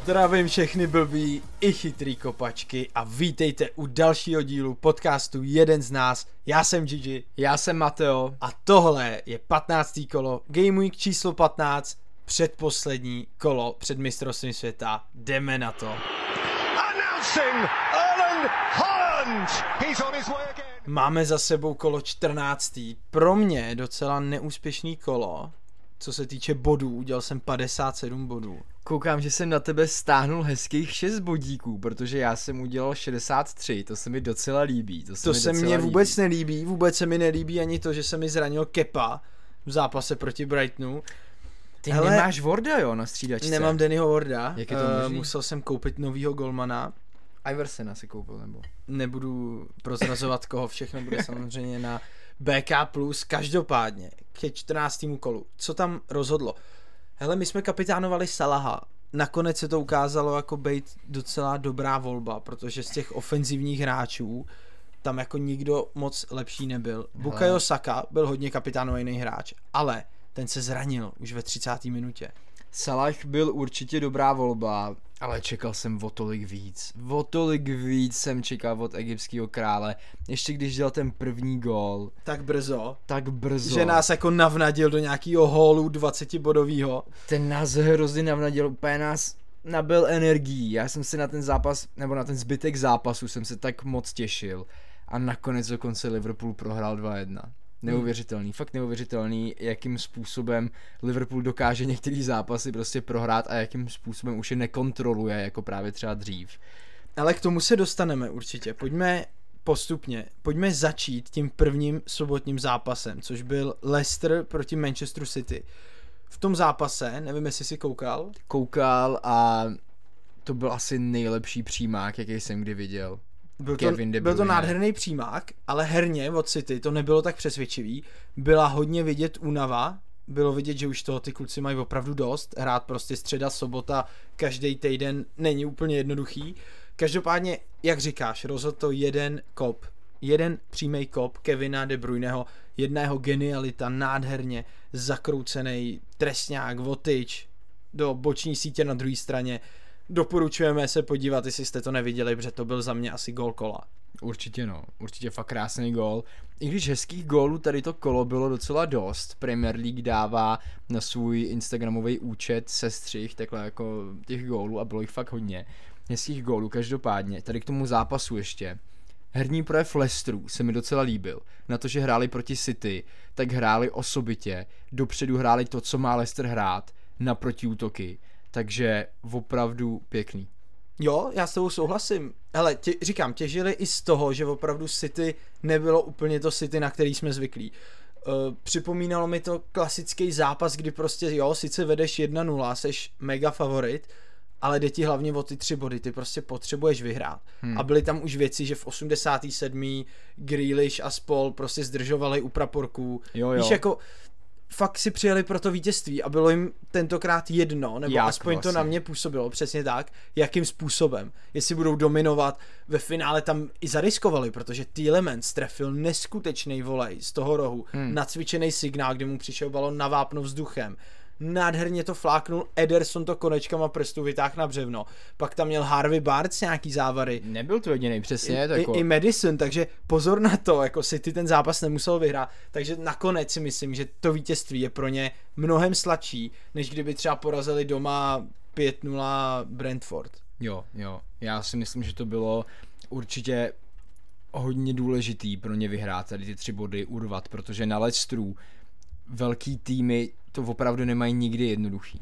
Zdravím všechny blbý i chytrý kopačky a vítejte u dalšího dílu podcastu Jeden z nás. Já jsem Gigi. Já jsem Mateo. A tohle je 15. kolo Game Week číslo 15, předposlední kolo před mistrovstvím světa. Jdeme na to. Máme za sebou kolo 14. Pro mě docela neúspěšný kolo. Co se týče bodů, udělal jsem 57 bodů. Koukám, že jsem na tebe stáhnul hezkých 6 bodíků, protože já jsem udělal 63, to se mi docela líbí. To se mně vůbec nelíbí, vůbec se mi nelíbí ani to, že se mi zranil Kepa v zápase proti Brightonu. Ty nemáš Warda, jo, na střídačce? Nemám Dannyho Warda, jak je to možný? Musel jsem koupit novýho golmana. Iversona si koupil, nebo? Nebudu prozrazovat koho, všechno bude samozřejmě na BK+, každopádně ke 14. kolu. Co tam rozhodlo? Hele, my jsme kapitánovali Salaha. Nakonec se to ukázalo jako být docela dobrá volba, protože z těch ofenzivních hráčů tam jako nikdo moc lepší nebyl. Bukayo Saka byl hodně kapitánovaný hráč, ale ten se zranil už ve 30. minutě. Salah byl určitě dobrá volba, ale čekal jsem o tolik víc. O tolik víc jsem čekal od egyptského krále, ještě když dělal ten první gól. Tak brzo. Že nás jako navnadil do nějakého hólu 20-bodovýho. Ten nás hrozně navnadil, úplně nás nabil energií. Já jsem si na ten zápas, nebo na ten zbytek zápasu jsem se tak moc těšil. A nakonec dokonce Liverpool prohrál 2-1. Neuvěřitelný, fakt neuvěřitelný, jakým způsobem Liverpool dokáže některý zápasy prostě prohrát a jakým způsobem už je nekontroluje, jako právě třeba dřív. Ale k tomu se dostaneme určitě. Pojďme postupně. Pojďme začít tím prvním sobotním zápasem, což byl Leicester proti Manchesteru City. V tom zápase, nevím, jestli jsi koukal? Koukal a to byl asi nejlepší přímák, jaký jsem kdy viděl. Byl to nádherný přímák, ale herně od City to nebylo tak přesvědčivý. Byla hodně vidět únava, bylo vidět, že už toho ty kluci mají opravdu dost. Hrát prostě středa, sobota, každý týden není úplně jednoduchý. Každopádně, jak říkáš, rozhodl to jeden přímý kop Kevina De Bruyneho, jedna jeho genialita, nádherně zakroucený trestňák, votyč do boční sítě na druhé straně. Doporučujeme se podívat, jestli jste to neviděli, protože to byl za mě asi gól kola. Určitě fakt krásný gól. I když hezkých gólů tady to kolo bylo docela dost, Premier League dává na svůj instagramový účet sestřih takhle jako těch gólů a bylo jich fakt hodně. Hezkých gólů, každopádně, tady k tomu zápasu ještě. Herní projev Leicesteru se mi docela líbil. Na to, že hráli proti City, tak hráli osobitě, dopředu hráli to, co má Leicester hrát, na protiútoky. Takže opravdu pěkný. Jo, já s tebou souhlasím. Hele, říkám, těžili i z toho, že opravdu City nebylo úplně to City, na který jsme zvyklí. Připomínalo mi to klasický zápas, kdy prostě jo, sice vedeš 1-0, seš mega favorit, ale jde ti hlavně o ty 3 body, ty prostě potřebuješ vyhrát. A byly tam už věci, že v 87. Grealish a spol prostě zdržovali u praporků. Jo. Víš, jako fakt si přijeli pro to vítězství a bylo jim tentokrát jedno, nebo aspoň to na mě působilo přesně tak, jakým způsobem. Jestli budou dominovat, ve finále tam i zariskovali, protože Tielemans trefil neskutečný volej z toho rohu, nacvičený signál, kdy mu přišel balon na vápno vzduchem. Nádherně to fláknul, Ederson to konečkama prstů vytáhl na břevno. Pak tam měl Harvey Barnes nějaký závary. Nebyl to jediný, přesně. I Madison, takže pozor na to, jako City ten zápas nemusel vyhrát. Takže nakonec si myslím, že to vítězství je pro ně mnohem sladší, než kdyby třeba porazili doma 5-0 Brentford. Jo. Já si myslím, že to bylo určitě hodně důležitý pro ně vyhrát tady ty 3 body, urvat, protože na Leicesteru velký týmy to opravdu nemají nikdy jednoduchý.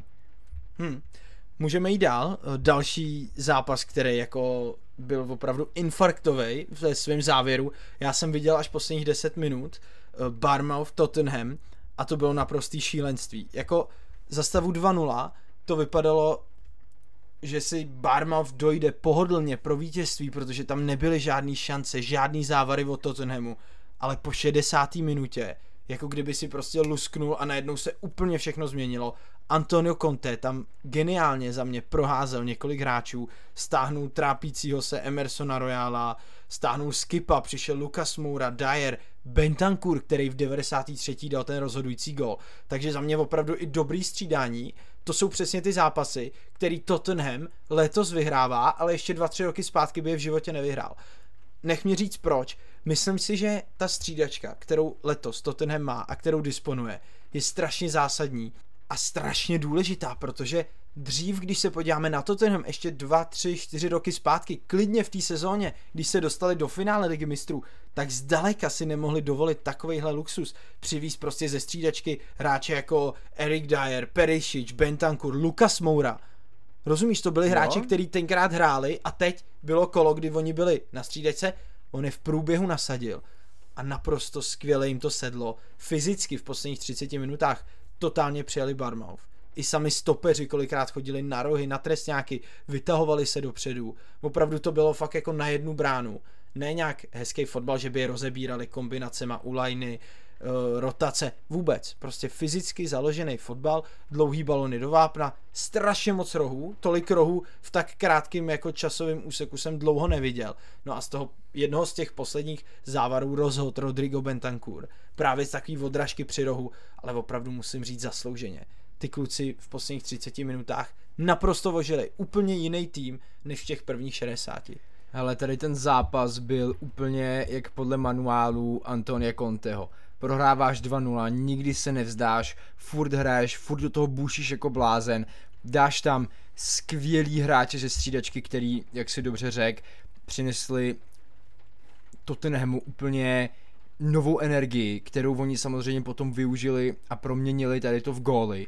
Můžeme jít dál. Další zápas, který jako byl opravdu infarktovej ve svém závěru. Já jsem viděl až posledních 10 minut Bournemouth Tottenham a to bylo naprostý šílenství. Jako za stavu 2-0 to vypadalo, že si Bournemouth dojde pohodlně pro vítězství, protože tam nebyly žádný šance, žádný závary od Tottenhamu, ale po 60. minutě jako kdyby si prostě lusknul a najednou se úplně všechno změnilo. Antonio Conte tam geniálně za mě proházel několik hráčů, stáhnul trápícího se Emersona Royala, stáhnul Skipa, přišel Lucas Moura, Dyer, Bentancur, který v 93. dal ten rozhodující gól. Takže za mě opravdu i dobrý střídání. to jsou přesně ty zápasy, který Tottenham letos vyhrává, ale ještě 2-3 roky zpátky by je v životě nevyhrál. Nech mě říct proč. Myslím si, že ta střídačka, kterou letos Tottenham má a kterou disponuje, je strašně zásadní a strašně důležitá, protože dřív, když se podíváme na Tottenham ještě 2, 3, 4 roky zpátky, klidně v té sezóně, když se dostali do finále Ligy mistrů, tak zdaleka si nemohli dovolit takovejhle luxus. Přivízt prostě ze střídačky hráče jako Eric Dyer, Perisic, Bentancur, Lucas Moura. Rozumíš, to byli hráči, kteří tenkrát hráli a teď bylo kolo, kdy oni byli na střídačce, on je v průběhu nasadil a naprosto skvěle jim to sedlo. Fyzicky v posledních 30 minutách totálně přijali Bournemouth. I sami stopeři kolikrát chodili na rohy, na trestňáky, vytahovali se dopředu. Opravdu to bylo fakt jako na jednu bránu. Ne nějak hezký fotbal, že by je rozebírali kombinacema ulajny, rotace, vůbec. Prostě fyzicky založený fotbal, dlouhý balony do vápna, strašně moc rohů, tolik rohů v tak krátkým jako časovém úseku jsem dlouho neviděl. No a z toho jednoho z těch posledních závarů rozhodl Rodrigo Bentancur. Právě z takový odražky při rohu, ale opravdu musím říct zaslouženě. Ty kluci v posledních 30 minutách naprosto vožili úplně jiný tým, než v těch prvních 60. Hele, tady ten zápas byl úplně jak podle manuálu Antonia Conteho. Prohráváš 2-0, nikdy se nevzdáš, furt hraješ, furt do toho bušíš jako blázen, dáš tam skvělý hráče ze střídačky, který, jak si dobře řekl, přinesli Tottenhamu úplně novou energii, kterou oni samozřejmě potom využili a proměnili tady to v góly,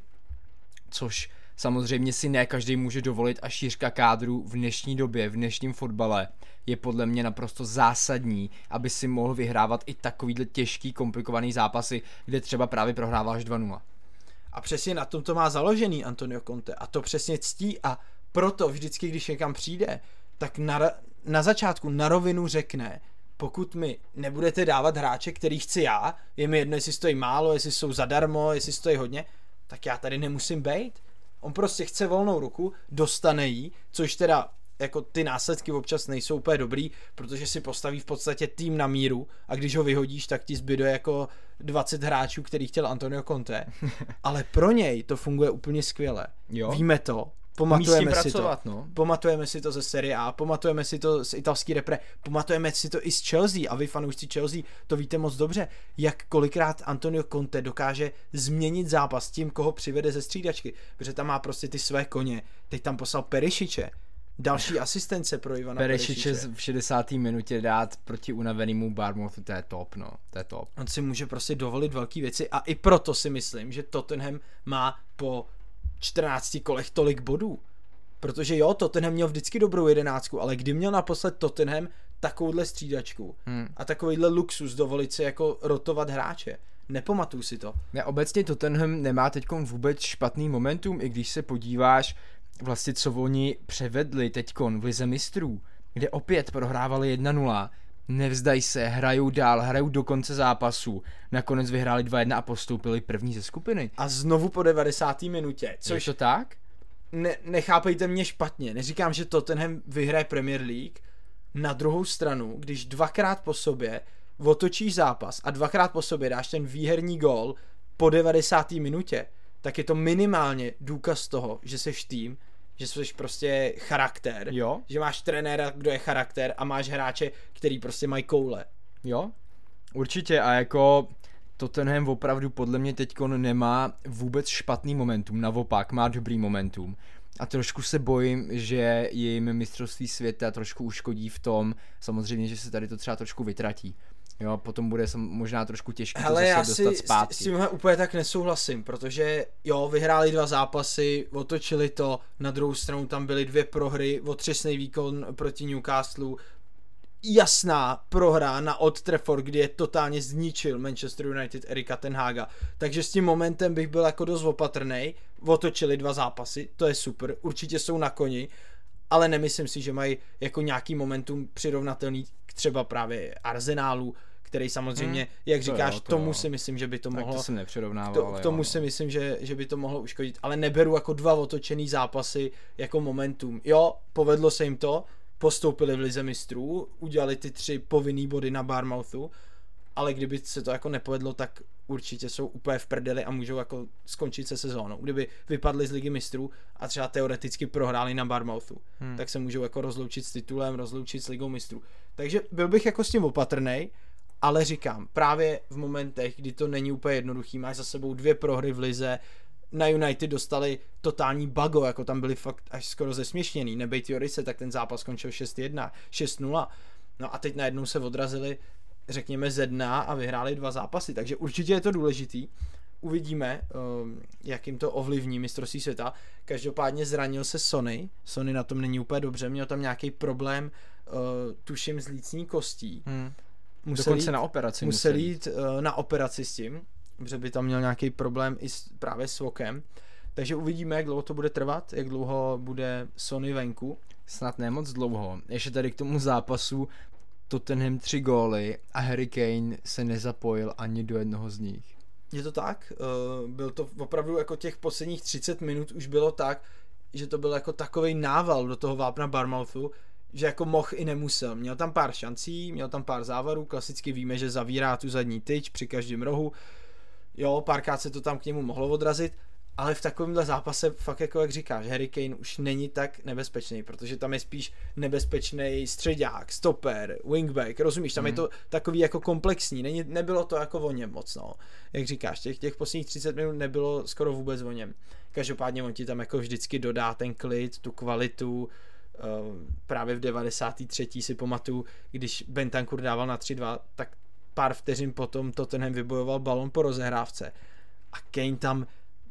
což samozřejmě si ne každý může dovolit a šířka kádru v dnešní době, v dnešním fotbale je podle mě naprosto zásadní, aby si mohl vyhrávat i takovýhle těžký, komplikovaný zápasy, kde třeba právě prohráváš 2-0. A přesně na tom to má založený Antonio Conte a to přesně ctí a proto vždycky, když někam přijde, tak na začátku na rovinu řekne, pokud mi nebudete dávat hráče, který chci já, je mi jedno, jestli stojí málo, jestli jsou zadarmo, jestli stojí hodně, tak já tady nemusím bejt. On prostě chce volnou ruku, dostane jí, což teda jako ty následky občas nejsou úplně dobrý, protože si postaví v podstatě tým na míru a když ho vyhodíš, tak ti zbyde jako 20 hráčů, který chtěl Antonio Conte. Ale pro něj to funguje úplně skvěle. Jo? Víme to, pamatujeme si to. No. Pamatujeme si to ze Serie A, pamatujeme si to z italský repre, pamatujeme si to i z Chelsea a vy fanoušci Chelsea to víte moc dobře, jak kolikrát Antonio Conte dokáže změnit zápas tím, koho přivede ze střídačky, protože tam má prostě ty své koně. Teď tam poslal Perisiče, další asistence pro Ivana Perisiče. V 60. minutě dát proti unavenému Bournemouthu, to je top, no, to je top. On si může prostě dovolit velké věci a i proto si myslím, že Tottenham má po 14 kolech tolik bodů. Protože jo, Tottenham měl vždycky dobrou 11, ale kdy měl naposled Tottenham takovouhle střídačku a takovýhle luxus dovolit si jako rotovat hráče. Nepamatuju si to. Ne, obecně Tottenham nemá teďkon vůbec špatný momentum, i když se podíváš vlastně, co oni převedli teďkon v Lize mistrů, kde opět prohrávali 1-0, nevzdají se, hrajou dál, hrajou do konce zápasu, nakonec vyhráli 2-1 a postoupili první ze skupiny. A znovu po 90. minutě. Což je to tak? Nechápejte mě špatně, neříkám, že Tottenham vyhraje Premier League. Na druhou stranu, když dvakrát po sobě otočíš zápas a dvakrát po sobě dáš ten výherní gól po 90. minutě, tak je to minimálně důkaz toho, že seš tým, že jsi prostě charakter, jo? Že máš trenéra, kdo je charakter a máš hráče, který prostě mají koule. Jo, určitě a jako Tottenham opravdu podle mě teďkon nemá vůbec špatný momentum, naopak má dobrý momentum. A trošku se bojím, že jim mistrovství světa trošku uškodí v tom, samozřejmě, že se tady to třeba trošku vytratí. Jo, potom bude možná trošku těžké to zase dostat zpátky. S tímhle úplně tak nesouhlasím, protože jo, vyhráli 2 zápasy, otočili to, na druhou stranu tam byly 2 prohry, otřesný výkon proti Newcastlu, jasná prohra na Old Trafford, kdy je totálně zničil Manchester United Erika ten Haga. Takže s tím momentem bych byl jako dost opatrnej, otočili 2 zápasy, to je super, určitě jsou na koni, ale nemyslím si, že mají jako nějaký momentum přirovnatelný k třeba právě Arsenálu, který samozřejmě, jak říkáš, tomu si myslím, že by to mohlo... Tak to jsem nepřirovnával. K tomu si myslím, že by to mohlo uškodit, ale neberu jako 2 otočený zápasy jako momentum. Jo, povedlo se jim to, postoupili v Lize mistrů, udělali ty 3 povinný body na Bournemouthu, ale kdyby se to jako nepovedlo, tak určitě jsou úplně v prdeli a můžou jako skončit se sezónou. Kdyby vypadli z Ligy mistrů a třeba teoreticky prohráli na Bournemouthu, tak se můžou jako rozloučit s titulem, rozloučit s Ligou mistrů. Takže byl bych jako s tím opatrnej, ale říkám, právě v momentech, kdy to není úplně jednoduchý, máš za sebou 2 prohry v lize, na United dostali totální bago, jako tam byli fakt až skoro zesměšněný, nebejt Jorise, tak ten zápas skončil 6-1, 6-0, no a teď najednou se odrazili, řekněme, ze dna a vyhráli 2 zápasy, takže určitě je to důležitý. Uvidíme, jak jim to ovlivní mistrovství světa. Každopádně zranil se Sonny na tom není úplně dobře, měl tam nějaký problém, tuším z lícní kostí. Dokonce na operaci musel jít na operaci s tím, protože by tam měl nějaký problém i právě s vokem. Takže uvidíme, jak dlouho to bude trvat, jak dlouho bude Sonny venku. Snad ne moc dlouho. Ještě tady k tomu zápasu Tottenham 3 góly a Harry Kane se nezapojil ani do jednoho z nich. Je to tak? Byl to opravdu jako těch posledních 30 minut už bylo tak, že to byl jako takovej nával do toho vápna Bournemouthu, že jako mohl i nemusel. Měl tam pár šancí, měl tam pár závarů, klasicky víme, že zavírá tu zadní tyč při každém rohu. Jo, párkrát se to tam k němu mohlo odrazit, ale v takovémhle zápase fakt jako jak říkáš, Harry Kane už není tak nebezpečný, protože tam je spíš nebezpečný středák, stoper, wingback, rozumíš, tam je to takový jako komplexní, nebylo to jako o něm moc, no. Jak říkáš, těch posledních 30 minut nebylo skoro vůbec o něm. Každopádně on ti tam jako vždycky dodá ten klid, tu kvalitu. Právě v 93. si pamatuju, když Bentancur dával na 3-2, tak pár vteřin potom Tottenham vybojoval balon po rozehrávce a Kane tam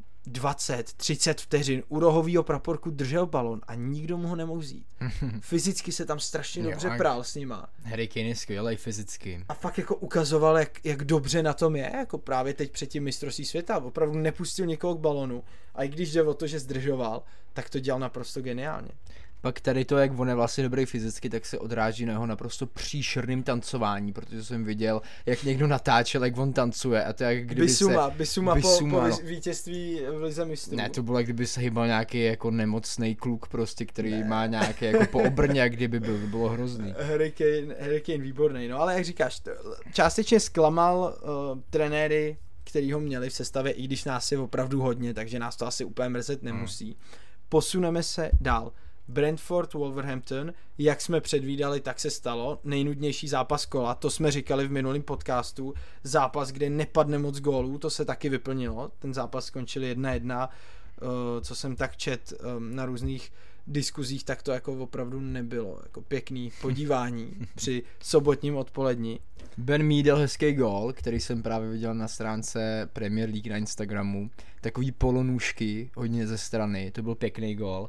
20-30 vteřin u rohovýho praporku držel balon a nikdo mu ho nemohl vzít. Fyzicky se tam strašně dobře prál s nima. Harry Kane je skvělej fyzicky. A fakt jako ukazoval, jak dobře na tom je, jako právě teď před tím mistrovství světa. Opravdu nepustil nikoho k balonu a i když jde o to, že zdržoval, tak to dělal naprosto geniálně. Pak tady to, jak on je vlastně dobrý fyzicky, tak se odráží na jeho naprosto příšerným tancování, protože jsem viděl, jak někdo natáčel, jak on tancuje a to jak kdyby Bissouma po vítězství v lize mistrů. Ne, to bylo, jak kdyby se hýbal nějaký jako nemocný kluk prostě, který má nějaké jako po obrně, jak kdyby byl, to bylo hrozný. Harry Kane výborný, no ale jak říkáš, částečně zklamal trenéry, který ho měli v sestavě, i když nás je opravdu hodně, takže nás to asi úplně mrzet nemusí. Posuneme se dál. Brentford, Wolverhampton, jak jsme předvídali, tak se stalo. Nejnudnější zápas kola, to jsme říkali v minulém podcastu. Zápas, kde nepadne moc gólů, to se taky vyplnilo. Ten zápas skončil 1-1, co jsem tak čet na různých diskuzích, tak to jako opravdu nebylo. Jako pěkný podívání při sobotním odpolední. Ben Mee dal hezký gól, který jsem právě viděl na stránce Premier League na Instagramu. Takový polonůžky, hodně ze strany, to byl pěkný gól.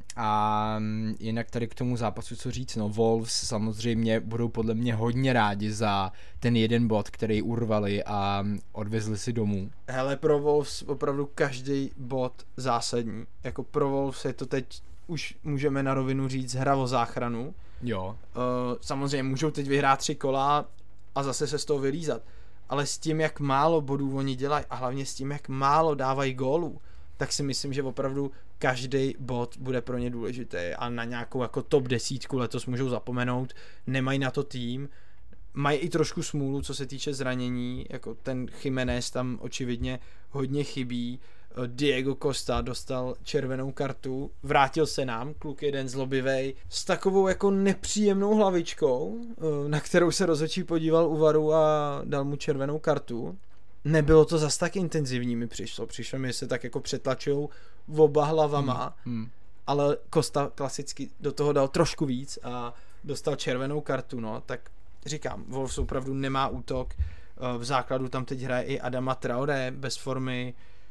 A jinak tady k tomu zápasu co říct, no Wolves samozřejmě budou podle mě hodně rádi za ten jeden bod, který urvali a odvezli si domů. Hele, pro Wolves opravdu každý bod zásadní, jako pro Wolves je to teď, už můžeme na rovinu říct, hra o záchranu. Jo. Samozřejmě můžou teď vyhrát 3 kola a zase se z toho vylízat, ale s tím, jak málo bodů oni dělají a hlavně s tím, jak málo dávají gólů, tak si myslím, že opravdu každý bod bude pro ně důležitý a na nějakou jako top 10 letos můžou zapomenout, nemají na to tým, mají i trošku smůlu, co se týče zranění, jako ten Jiménez tam očividně hodně chybí, Diego Costa dostal červenou kartu, vrátil se nám, kluk jeden zlobivej, s takovou jako nepříjemnou hlavičkou, na kterou se rozhodčí podíval u VARu a dal mu červenou kartu. Nebylo to zas tak intenzivní, mi přišlo mi, že se tak jako přetlačujou oba hlavama, ale Costa klasicky do toho dal trošku víc a dostal červenou kartu, no, tak říkám, Wolves opravdu nemá útok, v základu tam teď hraje i Adama Traoré bez formy,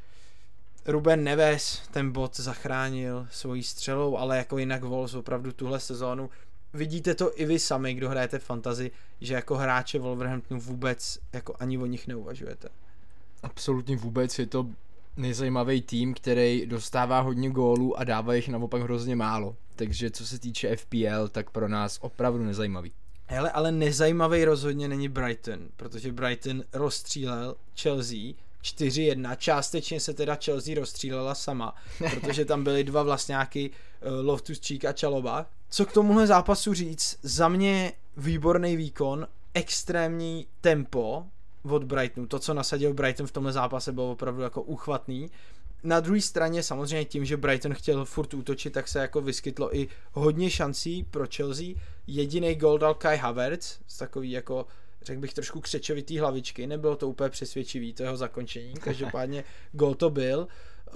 Ruben Neves ten bod zachránil svojí střelou, ale jako jinak Wolves opravdu tuhle sezónu, vidíte to i vy sami, kdo hrajete fantasy, že jako hráče Wolverhamptonu vůbec jako ani o nich neuvažujete. Absolutně vůbec, je to nejzajímavý tým, který dostává hodně gólů a dává jich naopak hrozně málo. Takže co se týče FPL, tak pro nás opravdu nezajímavý. Hele, ale nezajímavý rozhodně není Brighton, protože Brighton rozstřílel Chelsea 4-1, částečně se teda Chelsea rozstřílela sama, protože tam byly 2 vlastňáky, Loftus-Cheek a Chalobah. Co k tomuhle zápasu říct? Za mě výborný výkon, extrémní tempo, od Brightonu. To, co nasadil Brighton v tomhle zápase, bylo opravdu jako uchvatný. Na druhé straně samozřejmě tím, že Brighton chtěl furt útočit, tak se jako vyskytlo i hodně šancí pro Chelsea. Jediný gól dal Kai Havertz z takový jako, řekl bych, trošku křečovitý hlavičky. Nebylo to úplně přesvědčivý, to jeho zakončení. Každopádně gól to byl.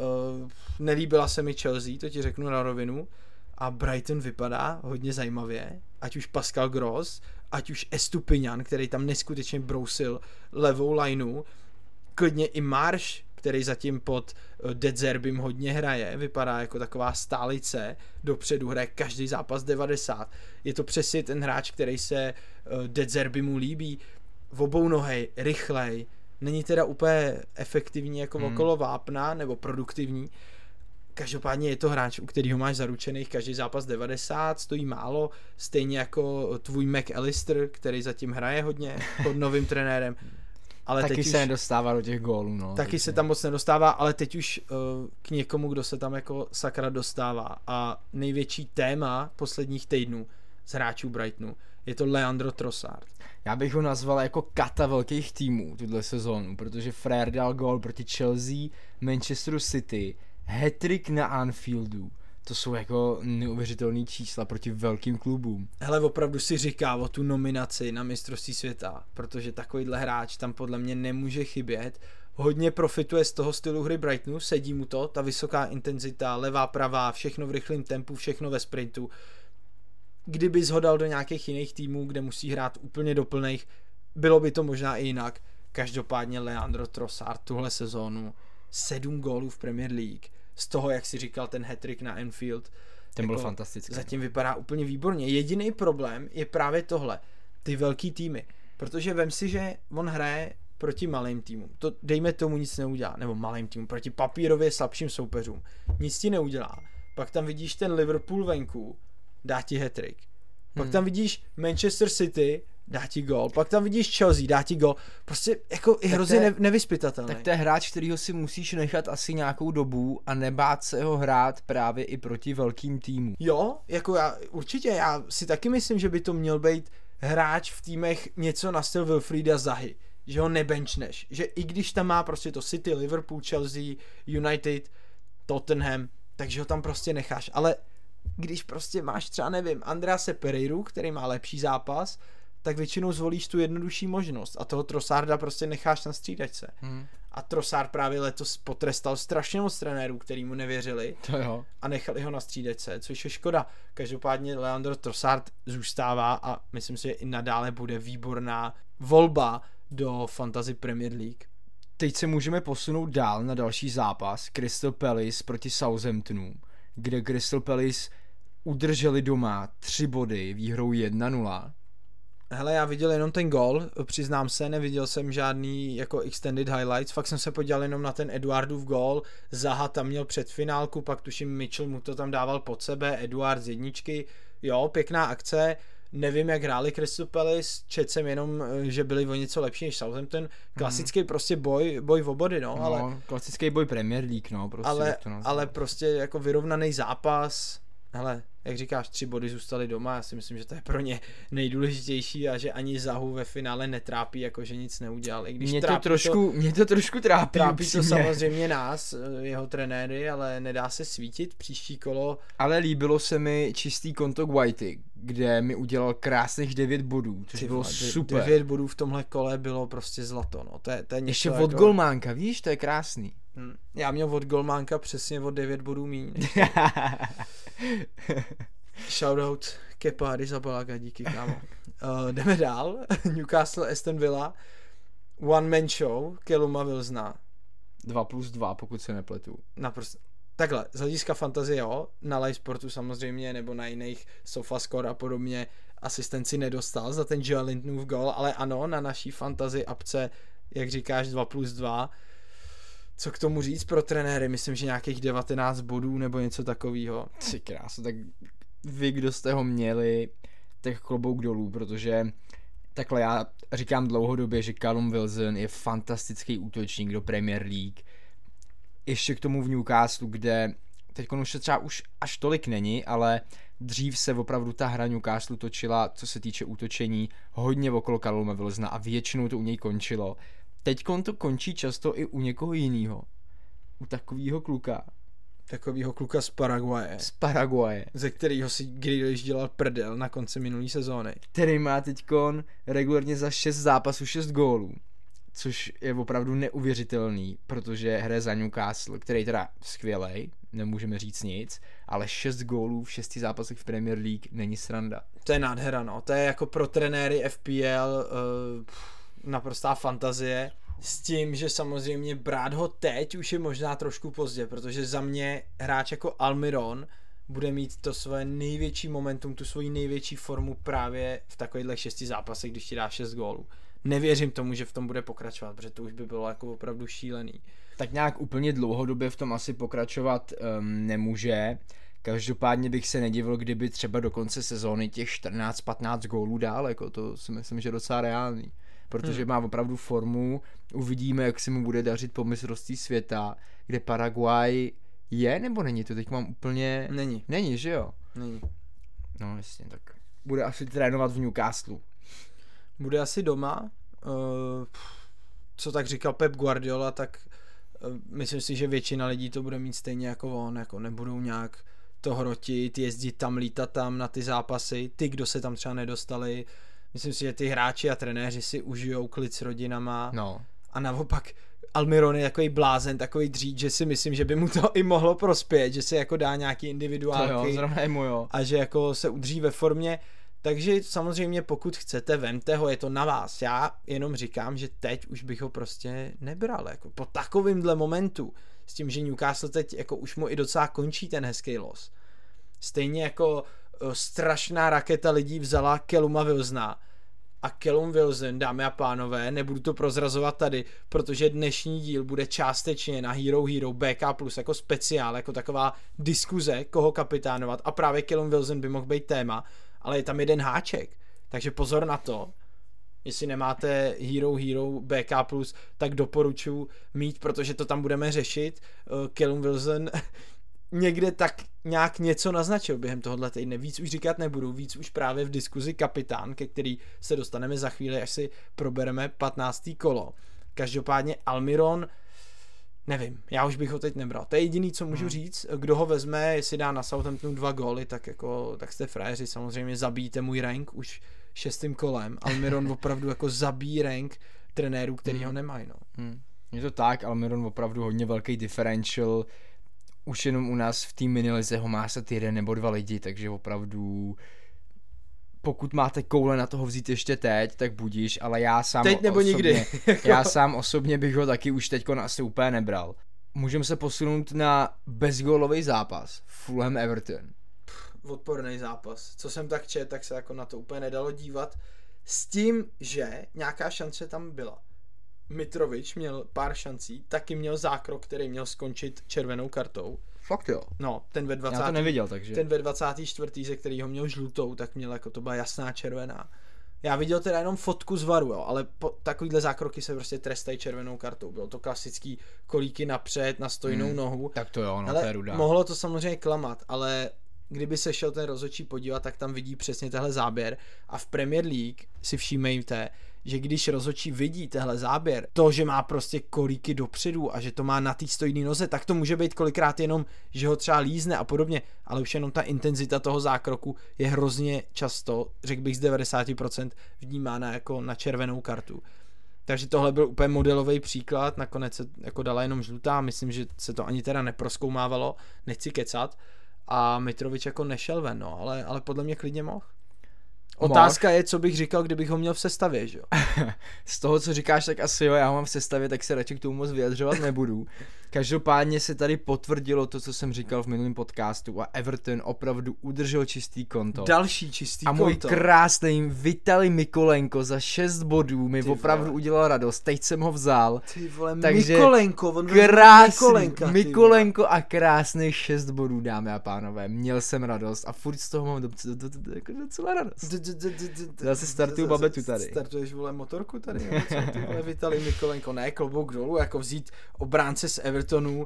Nelíbila se mi Chelsea, to ti řeknu na rovinu. A Brighton vypadá hodně zajímavě. Ať už Pascal Gross, ať už Estupiñán, který tam neskutečně brousil levou lineu. Klidně i Marš, který zatím pod De Zerbim hodně hraje, vypadá jako taková stálice, dopředu hraje každý zápas 90. Je to přesně ten hráč, který se De Zerbimu líbí, v obou nohej, rychlej, není teda úplně efektivní jako okolo vápna, nebo produktivní. Každopádně je to hráč, u kterého máš zaručených každý zápas 90, stojí málo, stejně jako tvůj McAllister, který zatím hraje hodně pod novým trenérem. Ale taky se nedostává do těch gólů, no. Taky se tam moc nedostává, ale teď už k někomu, kdo se tam jako sakra dostává. A největší téma posledních týdnů z hráčů Brightonu je to Leandro Trossard. Já bych ho nazval jako kata velkých týmů tuhle sezónu, protože Frér dal gól proti Chelsea, Manchesteru City, hat-trick na Anfieldu. To jsou jako neuvěřitelné čísla proti velkým klubům. Hele, opravdu si říká o tu nominaci na mistrovství světa, protože takovýhle hráč tam podle mě nemůže chybět. Hodně profituje z toho stylu hry Brightonu, sedí mu to, ta vysoká intenzita, levá, pravá, všechno v rychlém tempu, všechno ve sprintu. Kdyby ho dal do nějakých jiných týmů, kde musí hrát úplně do plných, bylo by to možná i jinak. Každopádně Leandro Trossard tuhle sezónu 7 gólů v Premier League. Z toho, jak si říkal, ten hat-trick na Anfield. Ten byl fantastický. Zatím vypadá úplně výborně. Jediný problém je právě tohle. Ty velký týmy. Protože vem si, že on hraje proti malým týmům. To dejme tomu nic neudělá. Nebo malým týmům. Proti papírově slabším soupeřům. Nic ti neudělá. Pak tam vidíš ten Liverpool venku. Dá ti hat-trick. Pak tam vidíš Manchester City, dá ti gol, pak tam vidíš Chelsea, dá ti gol, prostě jako i hrozně nevyspytatelný. Tak to je hráč, kterýho si musíš nechat asi nějakou dobu a nebát se ho hrát právě i proti velkým týmům. Jo, jako já si taky myslím, že by to měl být hráč v týmech něco na styl Wilfrieda Zahy, že ho nebenchneš, že i když tam má prostě to City, Liverpool, Chelsea, United, Tottenham, takže ho tam prostě necháš, ale když prostě máš třeba, nevím, Andrease Pereiru, který má lepší zápas, tak většinou zvolíš tu jednodušší možnost a toho Trossarda prostě necháš na střídačce. A Trossard právě letos potrestal strašně moc trenérů, který mu nevěřili a nechali ho na střídačce, což je škoda. Každopádně Leandro Trossard zůstává a myslím si, že i nadále bude výborná volba do Fantasy Premier League. Teď se můžeme posunout dál na další zápas, Crystal Palace proti Southamptonu, kde Crystal Palace udrželi doma 3 body výhrou 1-0. Hele, já viděl jenom ten gól, přiznám se, neviděl jsem žádný jako extended highlights, fakt jsem se podíval jenom na ten Eduardův gól, Zaha tam měl předfinálku, pak tuším Mitchell mu to tam dával pod sebe, Eduard z jedničky, jo, pěkná akce, nevím jak hráli Crystal Palace, četl jsem jenom, že byli o něco lepší než Southampton, klasický prostě boj v obody, no, ale... klasický boj Premier League, no, prostě. Ale prostě jako vyrovnaný zápas, hele, jak říkáš, 3 body zůstaly doma, já si myslím, že to je pro ně nejdůležitější a že ani Zahu ve finále netrápí, jakože nic neudělal. I když mě to trošku trápí. Trápí to samozřejmě nás, jeho trenéry, ale nedá se svítit příští kolo. Ale líbilo se mi čistý konto Whitey, kde mi udělal krásných 9 bodů, což bylo super. 9 bodů v tomhle kole bylo prostě zlato, no. To je ještě od golmánka, víš, to je krásný. Já měl od golmánka přesně o 9 bodů míň. Shoutout Kepa Arrizabalaga, díky kámo. Jdeme dál. Newcastle Aston Villa. One man show Calluma Wilsona. 2+2, pokud se nepletu. Naprosto. Takhle, z hlediska fantazie jo, na Live Sportu samozřejmě, nebo na jiných SofaScore a podobně asistenci nedostal za ten Joe Lintonův gol, ale ano, na naší fantasy apce, jak říkáš, 2+2. Co k tomu říct pro trenéry? Myslím, že nějakých 19 bodů nebo něco takového. Ty krásu, tak vy, kdo jste ho měli, tak klobouk dolů, protože takhle já říkám dlouhodobě, že Callum Wilson je fantastický útočník do Premier League. Ještě k tomu v Newcastle, kde teď už se třeba už až tolik není, ale dřív se opravdu ta hra Newcastle točila, co se týče útočení, hodně okolo Calluma Wilsona a většinou to u něj končilo. teďkon to končí často i u někoho jiného. U takového kluka. Takovýho kluka z Paraguaje. Z Paraguaje. Ze kterého si Grealish dělal prdel na konci minulé sezóny. Který má teďkon regulárně za 6 zápasů 6 gólů. Což je opravdu neuvěřitelný, protože hraje za Newcastle, který teda skvělej, nemůžeme říct nic, ale 6 gólů v 6 zápasech v Premier League není sranda. To je nádhera, no. To je jako pro trenéry FPL naprostá fantazie. S tím, že samozřejmě brát ho teď už je možná trošku pozdě, protože za mě hráč jako Almiron bude mít to svoje největší momentum, tu svoji největší formu právě v takovýchhle 6 zápasech, když ti dá 6 gólů. Nevěřím tomu, že v tom bude pokračovat, protože to už by bylo jako opravdu šílený. Tak nějak úplně dlouhodobě v tom asi pokračovat nemůže. Každopádně bych se nedivil, kdyby třeba do konce sezóny těch 14-15 gólů dál, jako to si myslím, že je docela reálný. Protože má opravdu formu, uvidíme, jak se mu bude dařit po mistrovství světa, kde Paraguay je, nebo není, to teď mám úplně... Není, že jo? Není. No jasně, tak bude asi trénovat v Newcastle. Bude asi doma, co tak říkal Pep Guardiola, tak myslím si, že většina lidí to bude mít stejně jako on, jako nebudou nějak to hrotit, jezdit tam, lítat tam na ty zápasy, ty, kdo se tam třeba nedostali, myslím si, že ty hráči a trenéři si užijou klid s rodinama. No. A naopak Almiron je takový blázen, takový dřít, že si myslím, že by mu to i mohlo prospět, že si jako dá nějaký individuálky. To jo, zrovna je mu jo. A že jako se udrží ve formě. Takže samozřejmě pokud chcete, vemte ho, je to na vás. Já jenom říkám, že teď už bych ho prostě nebral. Jako po takovýmhle momentu, s tím, že Newcastle teď jako už mu i docela končí ten hezký los. Stejně jako strašná raketa lidí vzala Calluma Wilsona. A Callum Wilson, dámy a pánové, nebudu to prozrazovat tady, protože dnešní díl bude částečně na Hero Hero BK Plus jako speciál, jako taková diskuze, koho kapitánovat, a právě Callum Wilson by mohl být téma, ale je tam jeden háček, takže pozor na to. Jestli nemáte Hero Hero BK Plus, tak doporučuji mít, protože to tam budeme řešit. Callum Wilson někde tak nějak něco naznačil během tohohle týdne. Víc už říkat nebudu, víc už právě v diskuzi kapitán, ke který se dostaneme za chvíli, až si probereme 15. kolo. Každopádně Almiron, nevím, já už bych ho teď nebral. To je jediný, co můžu říct. Kdo ho vezme, jestli dá na Southamptonu 2 góly, tak jste frajeři, samozřejmě zabijte můj rank už 6. kolem. Almiron opravdu jako zabíjí rank trenérů, který ho nemají. No. Je to tak, Almiron opravdu hodně velký differential. Už jenom u nás v té minilize ho má se 1 nebo 2 lidi, takže opravdu pokud máte koule na toho vzít ještě teď, tak budíš, ale já sám teď nebo osobně, nikdy. Já sám osobně bych ho taky už teďko asi úplně nebral. Můžeme se posunout na bezgólový zápas. Fulham Everton. Odporný zápas. Co jsem tak četl, tak se jako na to úplně nedalo dívat. S tím, že nějaká šance tam byla. Mitrovič měl pár šancí, taky měl zákrok, který měl skončit červenou kartou. Fakt jo. No, ten ve 20. Já to neviděl, takže. Ten ve 24. ze kterého měl žlutou, tak měl jako to byla jasná červená. Já viděl teda jenom fotku z VARu, jo, ale takovýhle zákroky se prostě trestají červenou kartou. Bylo to klasický kolíky napřed na stojnou nohu. Tak to jo, no, ale to je rudá. mohlo to samozřejmě klamat, ale kdyby se šel ten rozhodčí podívat, tak tam vidí přesně tenhle záběr. A v Premier League si všímejte, že když rozhodčí vidí tehle záběr, to, že má prostě kolíky dopředu a že to má na té stojné noze, tak to může být kolikrát jenom, že ho třeba lízne a podobně, ale už jenom ta intenzita toho zákroku je hrozně často, řekl bych z 90% vnímána jako na červenou kartu. Takže tohle byl úplně modelový příklad, nakonec se jako dala jenom žlutá, myslím, že se to ani teda neprozkoumávalo, nechci kecat, a Mitrovič jako nešel ven, no, ale podle mě klidně mohl. Otázka je, co bych říkal, kdybych ho měl v sestavě, že jo? Z toho, co říkáš, tak asi jo, já ho mám v sestavě, tak se radši k tomu moc vyjadřovat nebudu. Každopádně se tady potvrdilo to, co jsem říkal v minulém podcastu, a Everton opravdu udržel čistý konto. Další čistý konto. A můj krásný Vitali Mikolenko za 6 bodů mi opravdu udělal radost. Teď jsem ho vzal. Ty vole, takže Mikolenko, on krásný, Mikolenko a krásných 6 bodů, dámy a pánové. Měl jsem radost a furt z toho mám docela radost. Zase startuju babetu tady. Startuješ, vole, motorku tady, nebo co? Ty vole, Vitali Mikolenko, ne, klobouk dolů, jako vzít obránce z Evertonu.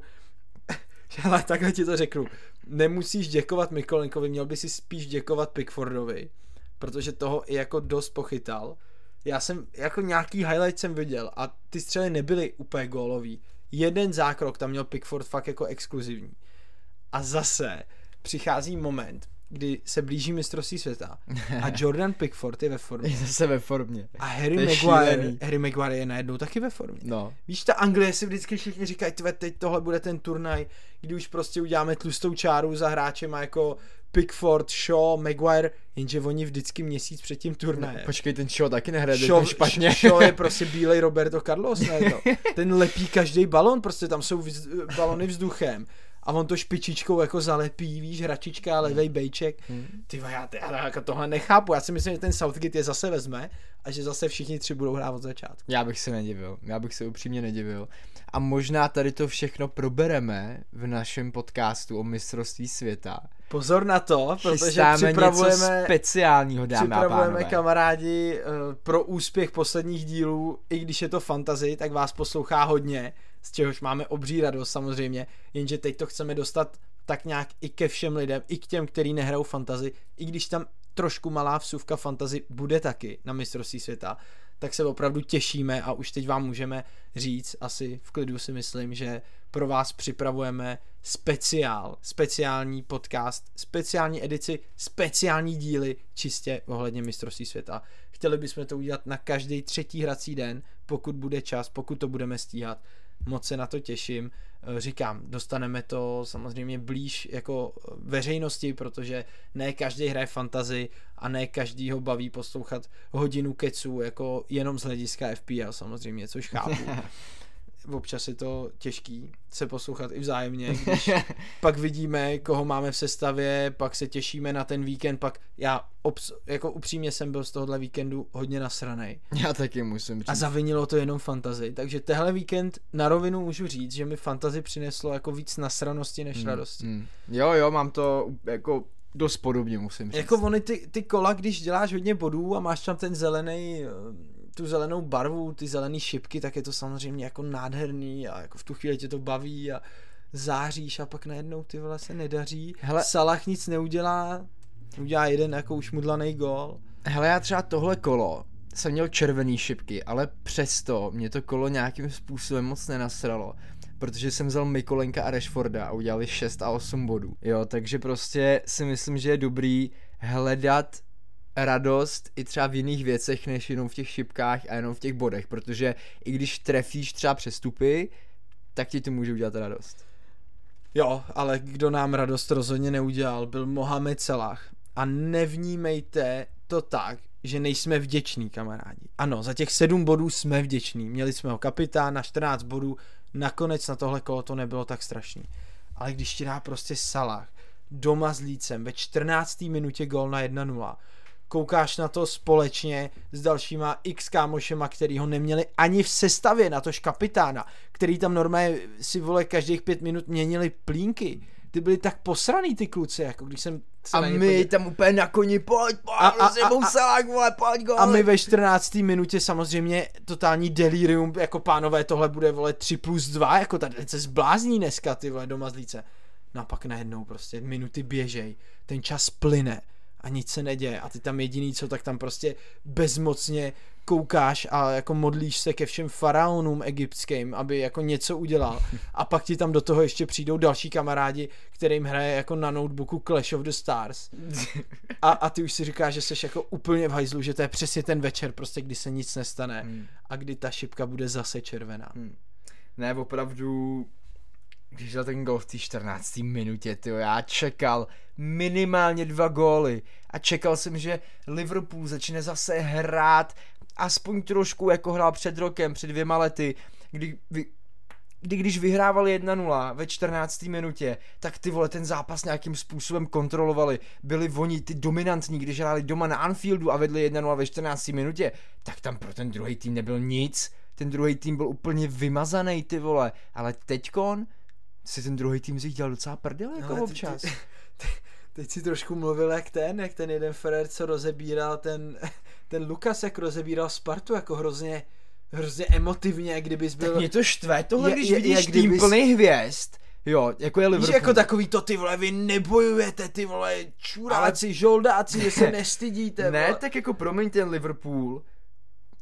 Ale takhle ti to řeknu. Nemusíš děkovat Mikolenkovi, měl by si spíš děkovat Pickfordovi, protože toho i jako dost pochytal. já jsem jako nějaký highlight jsem viděl a ty střely nebyly úplně gólový. Jeden zákrok tam měl Pickford fakt jako exkluzivní. A zase přichází moment, kdy se blíží mistrovství světa a Jordan Pickford je ve formě. Je zase ve formě. A Harry Maguire je najednou taky ve formě. No. Víš, ta Anglie si vždycky všichni říkají, teď tohle bude ten turnaj, kdy už prostě uděláme tlustou čáru za hráčema jako Pickford, Shaw, Maguire, jenže oni vždycky měsíc před tím turnajem. No, počkej, ten Shaw taky nehraje špatně. Shaw je prostě bílej Roberto Carlos, ne to. Ten lepí každý balon, prostě tam jsou balony vzduchem. A on to špičičkou jako zalepí, víš, hračička, levej bejček. Tyva, já jako tohle nechápu. Já si myslím, že ten Southgate je zase vezme a že zase všichni tři budou hrát od začátku. Já bych se upřímně nedivil. A možná tady to všechno probereme v našem podcastu o mistrovství světa. Pozor na to, protože připravujeme něco speciálního, dámy a pánové. Připravujeme, kamarádi, pro úspěch posledních dílů, i když je to fantasy, tak vás poslouchá hodně, z čehož máme obří radost samozřejmě, jenže teď to chceme dostat tak nějak i ke všem lidem, i k těm, který nehrajou fantasy, i když tam trošku malá vsuvka fantasy bude taky na mistrovství světa, tak se opravdu těšíme a už teď vám můžeme říct, asi v klidu si myslím, že pro vás připravujeme speciální podcast, speciální edici, speciální díly čistě ohledně mistrovství světa. Chtěli bychom to udělat na každý třetí hrací den, pokud bude čas, pokud to budeme stíhat. Moc se na to těším. Říkám, dostaneme to samozřejmě blíž jako veřejnosti, protože ne každý hraje fantasy a ne každý ho baví poslouchat hodinu keců jako jenom z hlediska FPL samozřejmě, což chápu. Občas je to těžký se poslouchat i vzájemně, když pak vidíme, koho máme v sestavě, pak se těšíme na ten víkend, pak já jako upřímně jsem byl z tohohle víkendu hodně nasranej. Já taky musím říct. A zavinilo to jenom fantasy, takže tehle víkend na rovinu můžu říct, že mi fantasy přineslo jako víc nasranosti než radosti. Jo, mám to jako dost podobně, musím říct. Jako ony ty kola, když děláš hodně bodů a máš tam ten zelený, tu zelenou barvu, ty zelený šipky, tak je to samozřejmě jako nádherný a jako v tu chvíli tě to baví a záříš a pak najednou ty vole se nedaří. Hele, Salah nic neudělá, udělá jeden jako ušmudlaný gól. Hele, já třeba tohle kolo jsem měl červený šipky, ale přesto mě to kolo nějakým způsobem moc nenasralo, protože jsem vzal Mikolenka a Rashforda a udělali 6 a 8 bodů. Jo, takže prostě si myslím, že je dobrý hledat radost i třeba v jiných věcech, než jenom v těch šipkách a jenom v těch bodech, protože i když trefíš třeba přestupy, tak ti to může udělat radost. Jo, ale kdo nám radost rozhodně neudělal, byl Mohamed Salah. A nevnímejte to tak, že nejsme vděční, kamarádi. Ano, za těch 7 bodů jsme vděční. Měli jsme ho kapitána, 14 bodů, nakonec na tohle kolo to nebylo tak strašný. Ale když ti dá prostě Salah doma s Lícem ve 14. minutě gól na 1-0, koukáš na to společně s dalšíma x kámošema, který ho neměli ani v sestavě, natož kapitána, který tam normálně si vole každých 5 minut měnili plínky. Ty byli tak posraný ty kluci, jako když jsem se a my tam úplně na koni, pojď, Salah, vole, pojď gól. A my ve 14. minutě samozřejmě totální delirium, jako pánové, tohle bude vole 3+2, jako tady se zblázní dneska ty vole doma z Líce. No a pak najednou prostě minuty běžej, ten čas plyne a nic se neděje a ty tam jediný co, tak tam prostě bezmocně koukáš a jako modlíš se ke všem faraonům egyptským, aby jako něco udělal a pak ti tam do toho ještě přijdou další kamarádi, kterým hraje jako na notebooku Clash of the Stars a ty už si říkáš, že jsi jako úplně v hajzlu, že to je přesně ten večer prostě, kdy se nic nestane a kdy ta šipka bude zase červená. Ne, opravdu, když dal ten gól v té 14. minutě, tyjo, já čekal minimálně 2 góly a čekal jsem, že Liverpool začne zase hrát aspoň trošku, jako hrál před rokem, před 2 lety, když vyhrávali 1-0 ve 14. minutě, tak ty vole ten zápas nějakým způsobem kontrolovali, byli oni ty dominantní, když hráli doma na Anfieldu a vedli 1-0 ve 14. minutě, tak tam pro ten druhý tým nebyl nic, ten druhý tým byl úplně vymazaný, ty vole, ale teďkon si ten druhý tým z nich dělal docela prdel, jako ale občas. Teď si trošku mluvil jak ten jeden Ferrer, co rozebíral ten Lukas, jak rozebíral Spartu, jako hrozně emotivně, kdybys byl... Tak mě to štve tohle, když vidíš tým plný hvězd, jo, jako je Liverpool. Víš, jako takový to, ty vole, vy nebojujete, ty vole, čuráci, žoldáci, že se nestydíte, ne, vole. tak jako promiň ten Liverpool,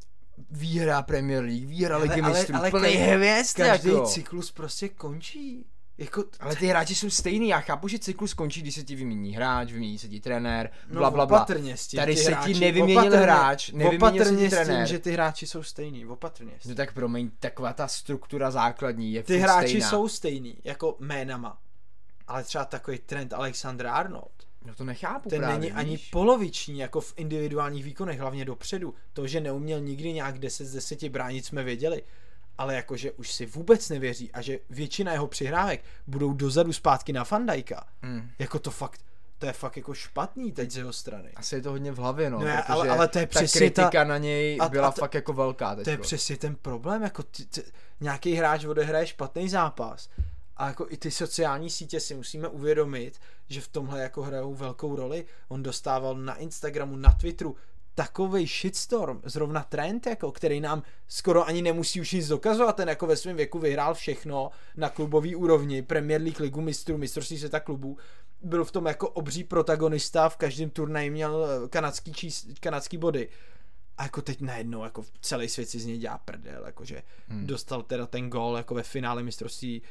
výhra Premier League, výhra Ligy mistrů, ale plný hvězd, každý jako. cyklus prostě končí. Jako, ale ty hráči jsou stejný, já chápu, že cyklus končí, když se ti vymění hráč, vymění se ti trenér, no, bla, bla, bla. opatrně s tím, tady ty se hráči, ti nevyměnil hráč, nevyměnil se ti trenér. S tím, že ty hráči jsou stejný, opatrně s tím. No tak promiň, taková ta struktura základní je ty furt hráči stejná. jsou stejný, jako jménama, ale třeba takový Trent Alexander-Arnold. No to nechápu ten právě, není ani poloviční, jako v individuálních výkonech, hlavně dopředu. To, že neuměl nikdy nějak 10 z 10 bránit, jsme věděli. Ale jakože už si vůbec nevěří a že většina jeho přihrávek budou dozadu zpátky na Van Dijka. Jako to je fakt jako špatný teď z jeho strany. Asi je to hodně v hlavě, no, protože ale to je ta přesně kritika na něj byla fakt jako velká teďko. To je přesně ten problém, jako nějaký hráč odehraje špatný zápas a jako i ty sociální sítě si musíme uvědomit, že v tomhle jako hrajou velkou roli. On dostával na Instagramu, na Twitteru takovej shitstorm, zrovna Trent, jako, který nám skoro ani nemusí už nic dokazovat, ten jako ve svém věku vyhrál všechno na klubový úrovni, Premier League, Ligu mistrů, mistrovství světa klubů, byl v tom jako obří protagonista, v každém turnaji měl kanadský body. A jako teď najednou jako celý svět si z něj dělá prdel, jakože dostal teda ten gól jako ve finále mistrovství,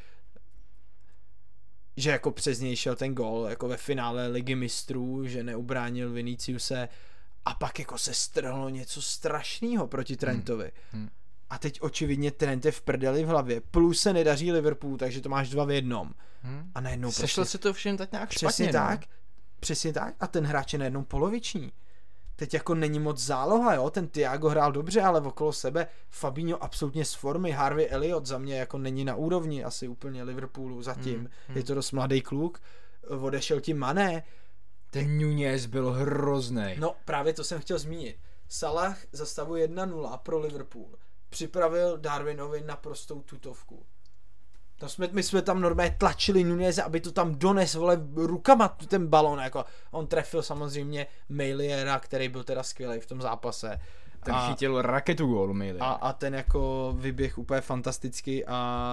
že jako přes něj šel ten gól jako ve finále Ligy mistrů, že neubránil Viniciuse a pak jako se strhlo něco strašného proti Trentovi. A teď očividně Trent je v prdeli v hlavě, plus se nedaří Liverpool, takže to máš 2 v 1. A najednou sešlo se to všem tak nějak přesně špatně, tak, přesně tak a ten hráč je najednou poloviční. Teď jako není moc záloha, jo, ten Thiago hrál dobře, ale okolo sebe Fabinho absolutně z formy, Harvey Elliott za mě jako není na úrovni asi úplně Liverpoolu zatím, je to dost mladý kluk, odešel ti Mané. Ten Nunez byl hroznej. No právě to jsem chtěl zmínit. Salah za stavu 1-0 pro Liverpool připravil Darwinovi naprostou tutovku. My jsme tam normálně tlačili Nuneze, aby to tam dones, vole, rukama ten balón, jako on trefil samozřejmě Mailiera, který byl teda skvělý v tom zápase. Ten chytil raketu gólu Mailiera. A ten jako vyběh úplně fantasticky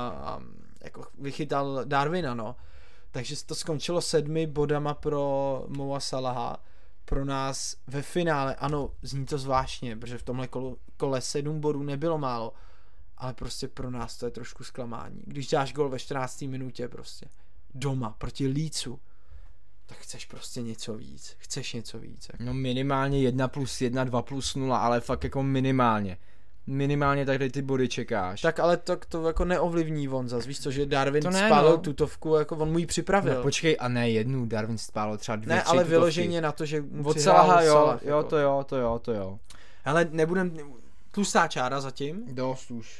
a jako vychytal Darwina, no. Takže to skončilo 7 bodama pro Moa Salaha. Pro nás ve finále, ano, zní to zvláštně, protože v tomhle kole 7 bodů nebylo málo, ale prostě pro nás to je trošku zklamání. Když dáš gol ve 14. minutě prostě doma proti Leedsu, tak chceš prostě něco víc. Chceš něco víc. Jako. No minimálně 1+1, 2+0, ale fakt jako minimálně. Minimálně tady ty body čekáš. Tak ale to jako neovlivní on zas, víš co, že Darwin spálil tutovku, jako on mu ji připravil. No počkej, a ne jednu, Darwin spálil třeba 2-3 ne, ale tutovky. vyloženě na to, že mu od Salaha, Salah, jo, jako. to jo. Ale nebudem, tlustá čára zatím. Dost už.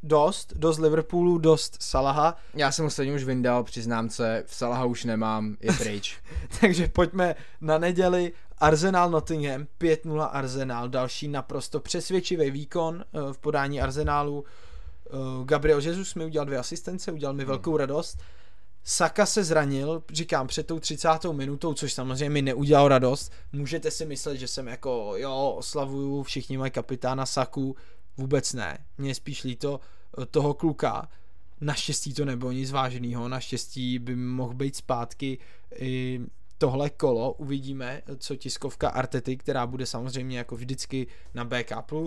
Dost Liverpoolu, dost Salaha. Já jsem ostatně už vyndal, přiznám se, v Salaha už nemám, je pryč. Takže pojďme na neděli. Arsenal Nottingham, 5-0 Arsenal, další naprosto přesvědčivý výkon v podání Arsenalu. Gabriel Jesus mi udělal 2 asistence, udělal mi velkou radost. Saka se zranil, říkám, před tou 30. minutou, což samozřejmě mi neudělal radost. Můžete si myslet, že jsem jako, jo, oslavuju, všichni mají kapitána Saku. Vůbec ne. Mně je spíš líto toho kluka. Naštěstí to nebylo nic vážného, naštěstí by mohl být zpátky i tohle kolo. Uvidíme, co tiskovka Artety, která bude samozřejmě jako vždycky na BK+,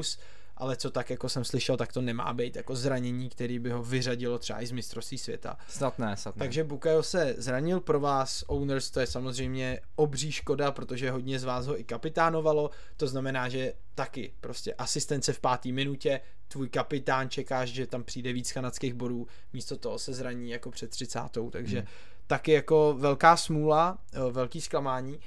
ale co tak jako jsem slyšel, tak to nemá být jako zranění, který by ho vyřadilo třeba i z mistrovství světa. Snad ne. Takže Bukayo se zranil, pro vás owners to je samozřejmě obří škoda, protože hodně z vás ho i kapitánovalo, to znamená, že taky prostě asistence v 5. minutě, tvůj kapitán, čekáš, že tam přijde víc kanadských bodů, místo toho se zraní jako před 30. Takže taky jako velká smůla, velký zklamání.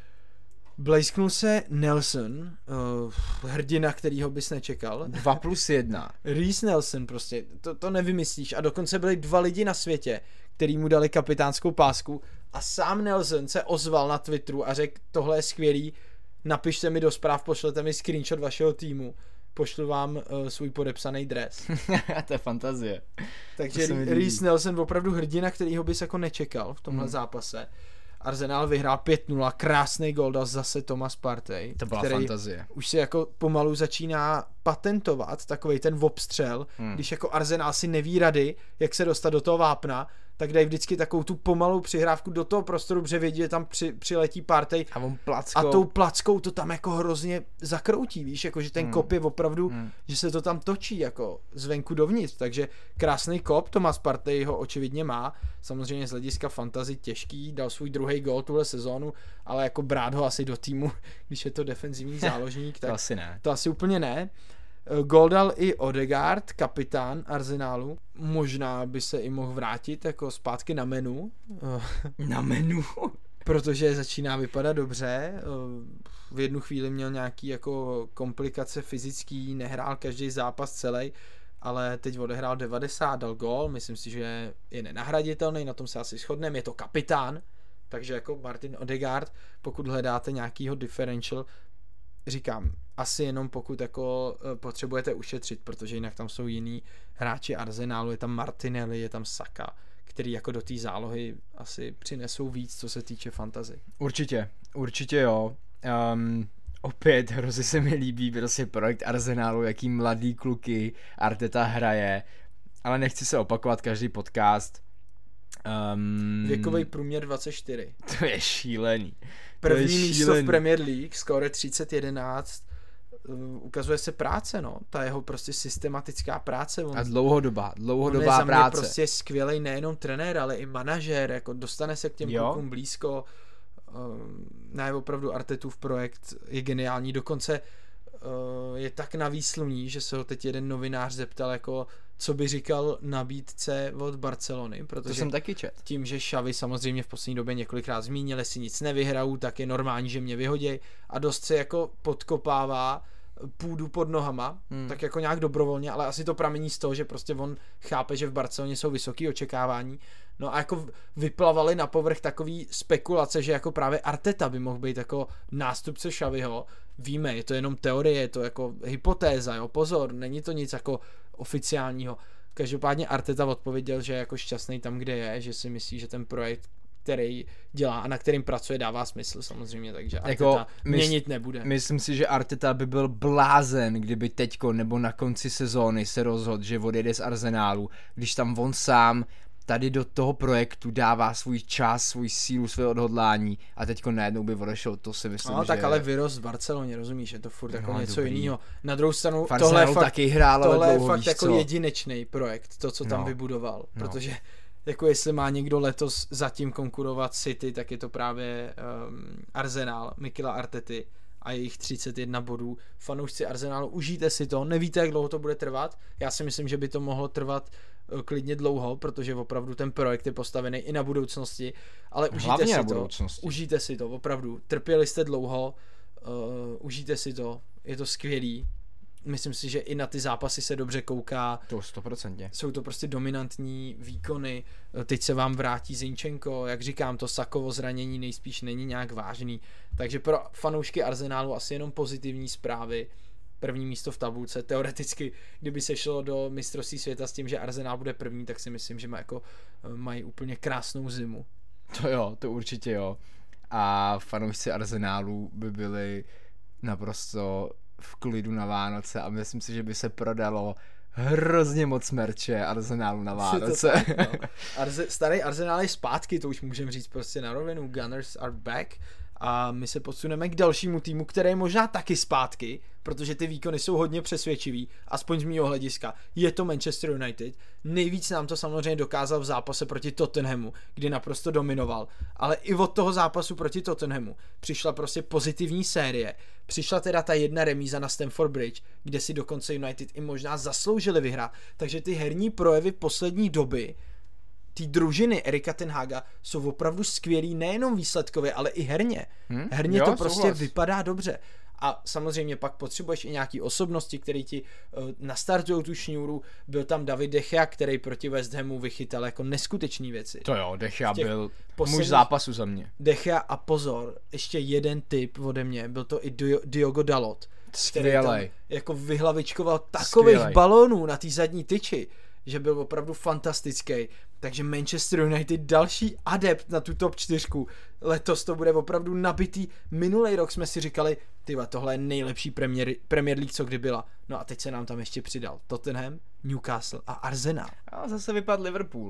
Blejsknul se Nelson, hrdina, kterýho bys nečekal. 2+1. Reece Nelson prostě, to nevymyslíš. A dokonce byli 2 lidi na světě, který mu dali kapitánskou pásku a sám Nelson se ozval na Twitteru a řekl, tohle je skvělý, napište mi do zpráv, pošlete mi screenshot vašeho týmu, pošlu vám svůj podepsaný dres. To je fantazie. Takže Reece Nelson opravdu hrdina, kterýho bys jako nečekal v tomhle zápase. Arsenal vyhrál 5-0, krásný gól dal zase Thomas Partey. To byla fantazie. Už se jako pomalu začíná patentovat takovej ten obstřel, když jako Arsenal si neví rady, jak se dostat do toho vápna, tak dají vždycky takovou tu pomalou přihrávku do toho prostoru, protože vědí, že tam přiletí Partey A on plackou. a tou plackou to tam jako hrozně zakroutí, víš, jako že ten kop je opravdu, že se to tam točí jako zvenku dovnitř, takže krásný kop, Thomas Partey ho očividně má, samozřejmě z hlediska fantasy těžký, dal svůj druhý gól tuhle sezónu, ale jako brát ho asi do týmu, když je to defenzivní záložník, tak To asi ne. to asi úplně ne. Gól dal i Odegaard, kapitán Arsenalu. Možná by se i mohl vrátit jako zpátky na menu. Na menu? Protože začíná vypadat dobře. V jednu chvíli měl nějaký jako komplikace fyzický, nehrál každý zápas celý, ale teď odehrál 90, dal gól. Myslím si, že je nenahraditelný, na tom se asi shodneme. Je to kapitán, takže jako Martin Odegaard, pokud hledáte nějakýho differential, říkám, asi jenom pokud jako potřebujete ušetřit, protože jinak tam jsou jiný hráči Arsenalu, je tam Martinelli, je tam Saka, který jako do té zálohy asi přinesou víc, co se týče fantasy. Určitě jo. Opět hrozně se mi líbí prostě projekt Arsenalu, jaký mladý kluky Arteta hraje, ale nechci se opakovat každý podcast. Věkový průměr 24. To je šílený. První místo v Premier League, skóre 30-11, ukazuje se práce, no, ta jeho prostě systematická práce. A dlouhodobá on je za mě práce. prostě skvělej nejenom trenér, ale i manažér, jako dostane se k těm klukům blízko. Ne, opravdu Artetův projekt je geniální, dokonce je tak na výsluní, že se ho teď jeden novinář zeptal, jako co by říkal nabídce od Barcelony, protože to jsem taky čet. Tím, že Xavi samozřejmě v poslední době několikrát zmínil, jestli nic nevyhrajou, tak je normální, že mě vyhoděj a dost se jako podkopává půdu pod nohama, tak jako nějak dobrovolně, ale asi to pramení z toho, že prostě on chápe, že v Barceloně jsou vysoké očekávání. No a jako vyplavaly na povrch takový spekulace, že jako právě Arteta by mohl být jako nástupce Xaviho. Víme, je to jenom teorie, je to jako hypotéza, jo, pozor, není to nic jako oficiálního. Každopádně Arteta odpověděl, že je jako šťastný tam, kde je, že si myslí, že ten projekt, který dělá a na kterým pracuje, dává smysl samozřejmě, takže Arteta jako měnit nebude. Myslím si, že Arteta by byl blázen, kdyby teďko nebo na konci sezóny se rozhodl, že odjede z Arsenálu, když tam on sám tady do toho projektu dává svůj čas, svůj sílu, své odhodlání a teďko najednou by odešel, to si myslím, no, že... tak ale vyrost v Barceloně, rozumíš, je to furt jako něco jiného. Na druhou stranu, tohle je fakt, taky hrál, tohle dlouho, je fakt jako co? jedinečný projekt, to, co tam vybudoval, protože jako jestli má někdo letos zatím konkurovat City, tak je to právě Arsenal, Mikela Artety a jejich 31 bodů. Fanoušci Arsenalu, užijte si to, nevíte, jak dlouho to bude trvat, já si myslím, že by to mohlo trvat klidně dlouho, protože opravdu ten projekt je postavený i na budoucnosti, ale užijte si to, opravdu, trpěli jste dlouho, užijte si to, je to skvělý. Myslím si, že i na ty zápasy se dobře kouká. To 100%. Jsou to prostě dominantní výkony. Teď se vám vrátí Zinchenko, jak říkám, to Sakovo zranění nejspíš není nějak vážný. Takže pro fanoušky Arsenálu asi jenom pozitivní zprávy. První místo v tabulce. Teoreticky, kdyby se šlo do mistrovství světa s tím, že Arsenal bude první, tak si myslím, že mají úplně krásnou zimu. To jo, to určitě jo. A fanoušci Arsenálu by byli naprosto v klidu na Vánoce a myslím si, že by se prodalo hrozně moc merče Arsenálu na Vánoce. Tak, no. Starý Arsenal je zpátky, to už můžeme říct prostě na rovinu. Gunners are back a my se posuneme k dalšímu týmu, který je možná taky zpátky, protože ty výkony jsou hodně přesvědčivý, aspoň z mýho hlediska. Je to Manchester United. Nejvíc nám to samozřejmě dokázal v zápase proti Tottenhamu, kdy naprosto dominoval. Ale i od toho zápasu proti Tottenhamu přišla prostě pozitivní série. Přišla teda ta jedna remíza na Stamford Bridge, kde si dokonce United i možná zasloužili vyhrát. Takže ty herní projevy poslední doby ty družiny Erika ten Haga jsou opravdu skvělý nejenom výsledkově, ale i herně. Herně to prostě vypadá dobře. A samozřejmě pak potřebuješ i nějaký osobnosti, který ti nastartují tu šňůru. Byl tam David De Gea, který proti West Hamu vychytal jako neskutečný věci. To jo, De Gea byl muž zápasu za mě. De Gea a pozor, ještě jeden tip ode mě, byl to i Diogo Dalot. Skvělej. Jako vyhlavičkoval takových balónů na té zadní tyči, že byl opravdu fantastický. Takže Manchester United další adept na tu top 4. Letos to bude opravdu nabitý. Minulý rok jsme si říkali, tyva, tohle je nejlepší Premier League, co kdy byla. No a teď se nám tam ještě přidal Tottenham, Newcastle a Arsenal. A zase vypadl Liverpool.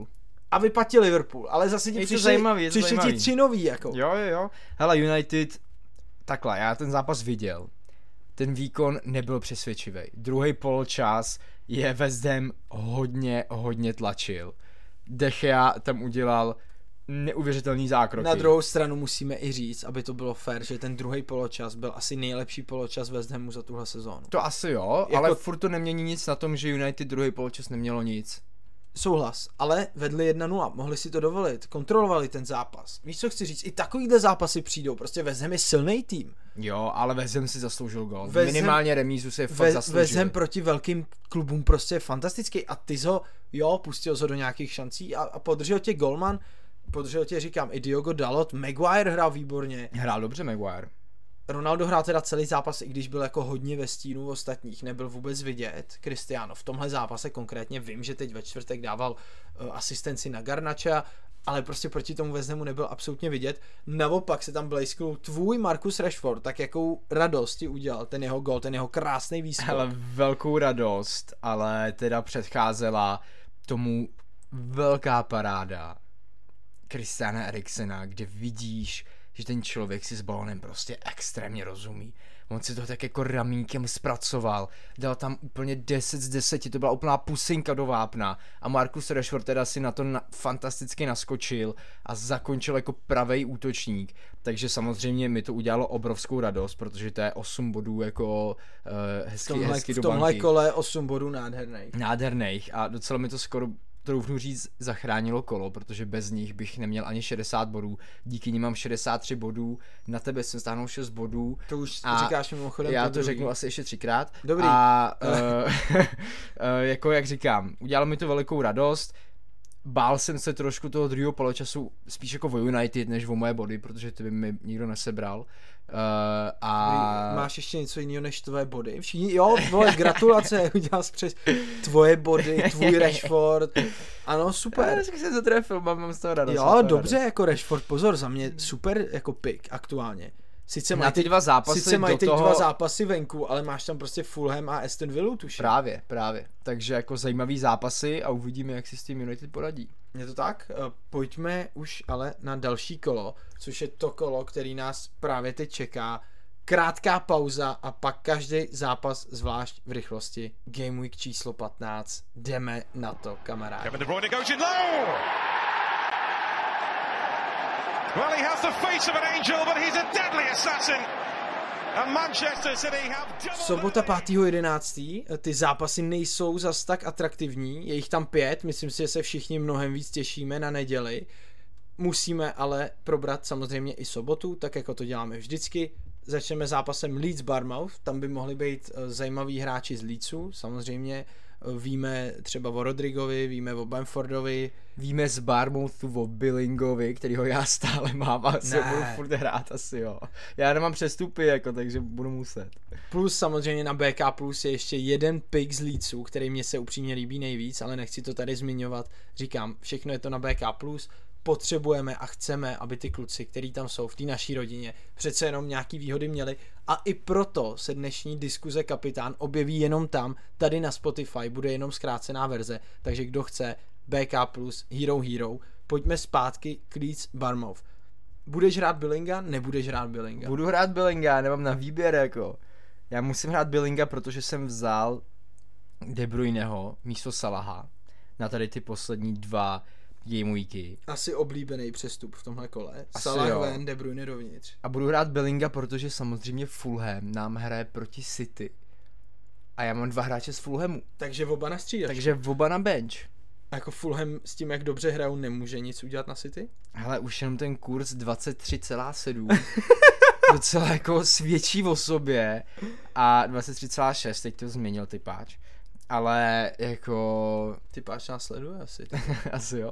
a vypadl Liverpool, ale zase ti přišli ti 3 noví, jako. Jo. Hele, United, takhle, já ten zápas viděl. Ten výkon nebyl přesvědčivý. Druhý poločas je West Ham hodně tlačil. De Gea tam udělal neuvěřitelný zákroky. Na druhou stranu musíme i říct, aby to bylo fair, že ten druhý poločas byl asi nejlepší poločas West Hamu za tuhle sezónu. To asi jo, ale furt to nemění nic na tom, že United druhý poločas nemělo nic. Souhlas, ale vedli 1-0, mohli si to dovolit, kontrolovali ten zápas. Víš, co chci říct, i takovýhle zápasy přijdou, prostě West Ham je silný tým. Jo, ale West Ham si zasloužil gol. Minimálně remízu si fakt zasloužil. West Ham proti velkým klubům prostě je fantastický a ty pustil ho do nějakých šancí a podržel tě golman, říkám, i Diogo Dalot, Maguire hrál výborně. Hrál dobře Maguire. Ronaldo hrál teda celý zápas, i když byl jako hodně ve stínu ostatních, nebyl vůbec vidět. Cristiano v tomhle zápase konkrétně vím, že teď ve čtvrtek dával asistenci na Garnacha, ale prostě proti tomu West Hamu nebyl absolutně vidět. Naopak se tam blejsknul tvůj Marcus Rashford, tak jakou radost ti udělal ten jeho gol, ten jeho krásný výskok. Hele, velkou radost, ale teda předcházela tomu velká paráda Christiana Eriksena, kde vidíš, že ten člověk si s balonem prostě extrémně rozumí. On si to tak jako ramínkem zpracoval, dal tam úplně 10 z 10, to byla úplná pusinka do vápna a Marcus Rashford teda si na to fantasticky naskočil a zakončil jako pravej útočník, takže samozřejmě mi to udělalo obrovskou radost, protože to je 8 bodů jako hezky do banky. V tomhle kole 8 bodů nádherných a docela mi to skoro troufnu říct, zachránilo kolo, protože bez nich bych neměl ani 60 bodů. Díky nim mám 63 bodů, na tebe jsem stáhnul 6 bodů. To už říkáš mimochodem. Já to řeknu asi ještě 3krát. Dobrý. A jako jak říkám, udělalo mi to velikou radost. Bál jsem se trošku toho druhého poločasu spíš jako o United, než o moje body, protože ty by mi nikdo nesebral. Máš ještě něco jiného než tvoje body? Všichni, jo, vole, gratulace, udělal jsi přes tvoje body, tvůj Rashford. Ano, super. Já jsem to trefil, mám z toho radost. Jo, dobře, radost. Jako Rashford, pozor, za mě super jako pick aktuálně. Sice mají ty dva zápasy venku, ale máš tam prostě Fulham a Aston Villa, tuším. Právě. Takže jako zajímavý zápasy a uvidíme, jak si s tím United poradí. Je to tak? Pojďme už ale na další kolo, což je to kolo, který nás právě teď čeká. Krátká pauza a pak každý zápas zvlášť v rychlosti. Game Week číslo 15. Jdeme na to, kamarádi. Well, he has the face of an angel, but he's a deadly assassin. And Manchester City have Sobota 5.11. Ty zápasy nejsou zas tak atraktivní, je jich tam 5, myslím si, že se všichni mnohem víc těšíme na neděli. Musíme ale probrat samozřejmě i sobotu, tak jako to děláme vždycky. Začneme zápasem Leeds-Bournemouth, tam by mohli být zajímaví hráči z Leedsu, samozřejmě. Víme třeba o Rodrigovi, víme o Bamfordovi. Víme z Bournemouthu o Billingovi, kterýho já stále mám a asi budu furt hrát asi, jo. Já nemám přestupy, jako, takže budu muset. Plus samozřejmě na BK Plus je ještě jeden pick z Leedsu, který mě se upřímně líbí nejvíc, ale nechci to tady zmiňovat. Říkám, všechno je to na BK Plus. Potřebujeme a chceme, aby ty kluci, kteří tam jsou v té naší rodině, přece jenom nějaký výhody měli a i proto se dnešní diskuze kapitán objeví jenom tam, tady na Spotify bude jenom zkrácená verze, takže kdo chce BK Plus, Hero, pojďme zpátky k Leeds Bournemouth. Budeš hrát Billinga? Nebudeš hrát Billinga? Budu hrát Billinga, nemám na výběr jako. Já musím hrát Billinga, protože jsem vzal De Bruyneho místo Salaha na tady ty poslední 2 game weeky. Asi oblíbený přestup v tomhle kole. Salah ven, De Bruyne dovnitř. A budu hrát Billinga, protože samozřejmě Fulham nám hraje proti City. A já mám 2 hráče z Fulhamu. Takže oba na střídačku. Takže oba na bench. A jako Fulham s tím, jak dobře hrajou, nemůže nic udělat na City? Hele, už jenom ten kurz 23,7 docela jako svědčí o sobě. A 23,6, teď to změnil typáč. Ale jako... Typáč nás sleduje asi. Asi jo.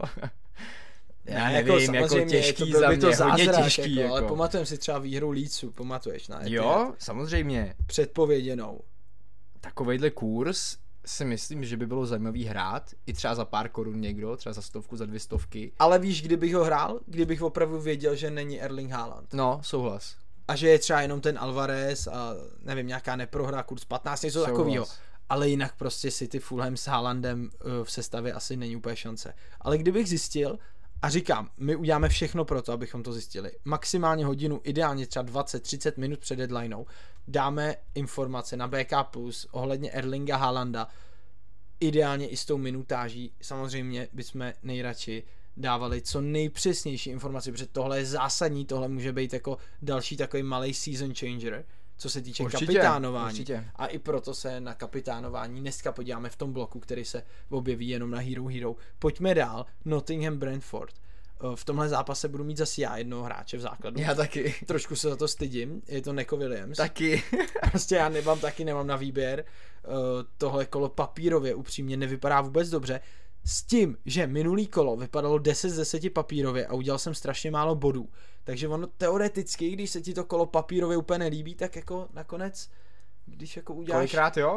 Já nevím, jako těžký za mě, hodně těžký. Jako. Ale pamatujeme si třeba výhru Leedsu, pamatuješ na Etihad? Jo, samozřejmě. Předpověděnou. Takovejhle kurz si myslím, že by bylo zajímavý hrát, i třeba za pár korun někdo, třeba za 100, za 200. Ale víš, kdybych ho hrál? Kdybych opravdu věděl, že není Erling Haaland. No, souhlas. A že je třeba jenom ten Alvarez a nevím, nějaká neprohra, kurz 15, něco takového. ale jinak prostě City Fulham s Haalandem v sestavě asi není úplně šance. Ale kdybych zjistil, a říkám, my uděláme všechno pro to, abychom to zjistili. Maximálně hodinu, ideálně třeba 20-30 minut před deadlineou, dáme informace na BK+, ohledně Erlinga Haalanda, ideálně i s tou minutáží. Samozřejmě bychom nejradši dávali co nejpřesnější informace, protože tohle je zásadní, tohle může být jako další takový malý season changer, co se týče kapitánování. Určitě. A i proto se na kapitánování dneska podíváme v tom bloku, který se objeví jenom na Hero Hero. Pojďme dál, Nottingham Brentford. V tomhle zápase budu mít zase já jednoho hráče v základu. Já taky. Trošku se za to stydím, je to Neco Williams. Taky. Prostě já nemám na výběr. Tohle kolo papírově upřímně nevypadá vůbec dobře. S tím, že minulý kolo vypadalo 10 z 10 papírově a udělal jsem strašně málo bodů. Takže ono teoreticky, když se ti to kolo papírově úplně nelíbí, tak jako nakonec, když jako uděláš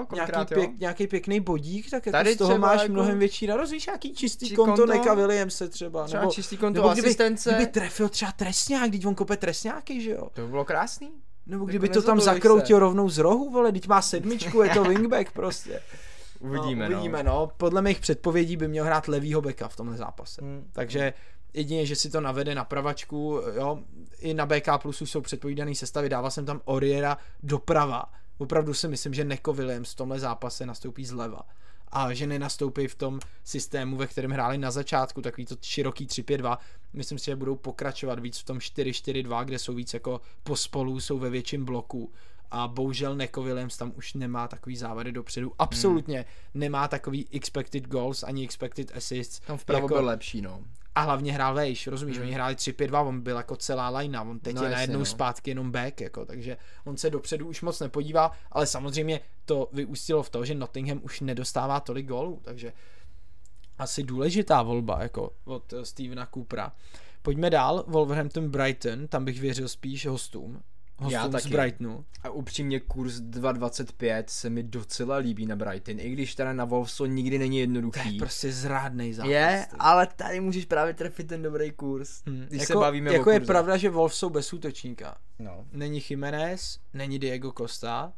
nějaký pěkný bodík, tak jako tady z toho máš jako mnohem větší radost. Víš, nějaký čistý konto Neca Williamse třeba. Třeba čistý konto asistence. Kdyby trefil třeba trestňák, když on kope trestňáky, že jo. To by bylo krásný. Nebo kdyby to tam zakroutil rovnou z rohu, vole, teď má 7, je to wingback prostě. Uvidíme, no. Podle mých předpovědí by měl hrát levýho beka v tomhle zápase. Takže jedině, že si to navede na pravačku, jo, i na BK Plus už jsou předpovídaný sestavy, dával jsem tam Oriera doprava. Opravdu si myslím, že Neco Williams v tomhle zápase nastoupí zleva. A že nenastoupí v tom systému, ve kterém hráli na začátku, takový to široký 3-5-2. Myslím si, že budou pokračovat víc v tom 4-4-2, kde jsou víc jako pospolu, jsou ve větším bloku. A bohužel Neco Williams tam už nemá takový závady dopředu. Absolutně nemá takový expected goals ani expected assists. Tam vpravo byl lepší, no. A hlavně hrál vejš, rozumíš, oni hráli 3-5-2, on byl jako celá linea, on teď je najednou zpátky jenom back, jako, takže on se dopředu už moc nepodívá, ale samozřejmě to vyústilo v to, že Nottingham už nedostává tolik gólů, takže asi důležitá volba, jako od Stevena Coopera. Pojďme dál, Wolverhampton Brighton, tam bych věřil spíš hostům z Brightonu. A upřímně kurz 2.25 se mi docela líbí na Brighton, i když teda na Wolves nikdy není jednoduchý. To je prostě zrádnej zápas. Je, ale tady můžeš právě trefit ten dobrý kurz, když se bavíme jako o je pravda, že Wolves jsou bez útočníka. No. Není Jiménez, není Diego Costa.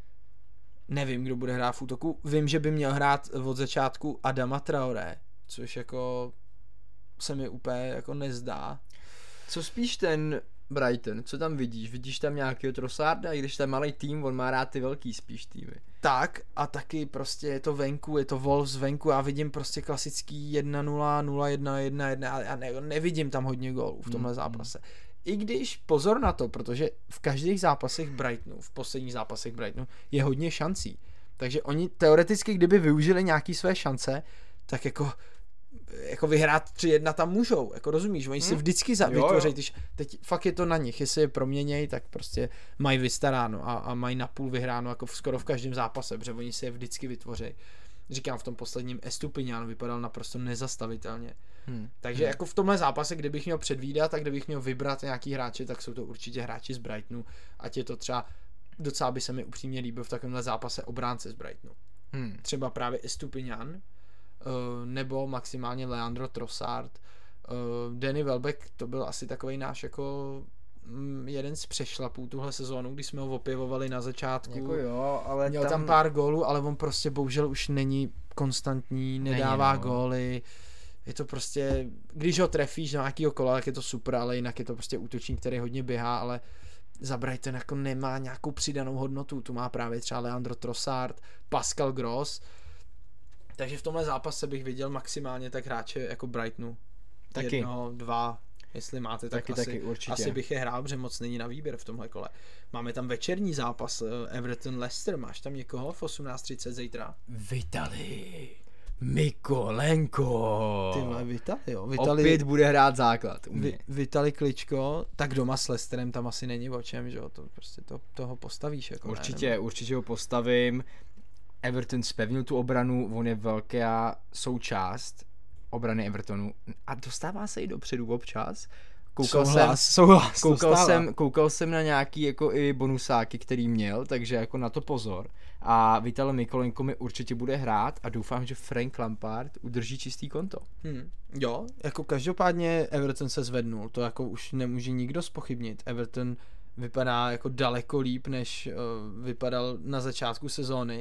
Nevím, kdo bude hrát v útoku. Vím, že by měl hrát od začátku Adama Traoré, což jako se mi úplně jako nezdá. Co spíš ten Brighton, co tam vidíš? Vidíš tam nějakého Trossarda, i když tam malý tým, on má rád ty velký spíš týmy. Tak a taky prostě je to venku, je to Wolves venku, já vidím prostě klasický 1-0, 0-1, 1-1, já nevidím tam hodně gólů v tomhle zápase. I když pozor na to, protože v každých zápasech Brightonu, v posledních zápasech Brightonu je hodně šancí. Takže oni teoreticky, kdyby využili nějaký své šance, tak jako vyhrát 3-1 tam můžou, jako rozumíš, oni si vždycky vytvoří, teď fakt je to na nich, jestli je proměněj, tak prostě mají vystaráno a mají napůl vyhráno jako skoro v každém zápase, protože oni si je vždycky vytvoří. Říkám, v tom posledním Estupiñán vypadal naprosto nezastavitelně. Takže jako v tomhle zápase, kdybych měl předvídat a kdybych měl vybrat nějaký hráče, tak jsou to určitě hráči z Brightonu, ať je to třeba, docela by se mi upřímně líbil v takovémhle zápase obránce z Brightonu. Třeba právě Estupiñán, nebo maximálně Leandro Trossard. Danny Welbeck to byl asi takovej náš jako jeden z přešlapů tuhle sezónu, když jsme ho opěvovali na začátku. Jako jo, ale měl tam pár gólů, ale on prostě bohužel už není konstantní, nedává góly. Je to prostě, když ho trefíš na nějakýho kola, tak je to super, ale jinak je to prostě útočník, který hodně běhá, ale za Brighton jako nemá nějakou přidanou hodnotu. Tu má právě třeba Leandro Trossard, Pascal Gross. Takže v tomhle zápase bych viděl maximálně tak hráče jako Brightonu. Taky. 1, 2, jestli máte, tak taky, asi bych je hrál, protože moc není na výběr v tomhle kole. Máme tam večerní zápas Everton Leicester, máš tam někoho v 18:30 zítra? Vitali Mikolenko. Tyhle Vitali, jo. Opět bude hrát základ. Vitali Kličko, tak doma s Leicesterem tam asi není o čem, že jo, to prostě toho postavíš. Jako určitě ho postavím. Everton zpevnil tu obranu, on je velká součást obrany Evertonu a dostává se i dopředu občas. Koukal jsem na nějaký jako i bonusáky, který měl, takže jako na to pozor. A Vitali Mikolenko mi určitě bude hrát a doufám, že Frank Lampard udrží čistý konto. Jo, jako každopádně Everton se zvednul, to jako už nemůže nikdo zpochybnit. Everton vypadá jako daleko líp, než vypadal na začátku sezóny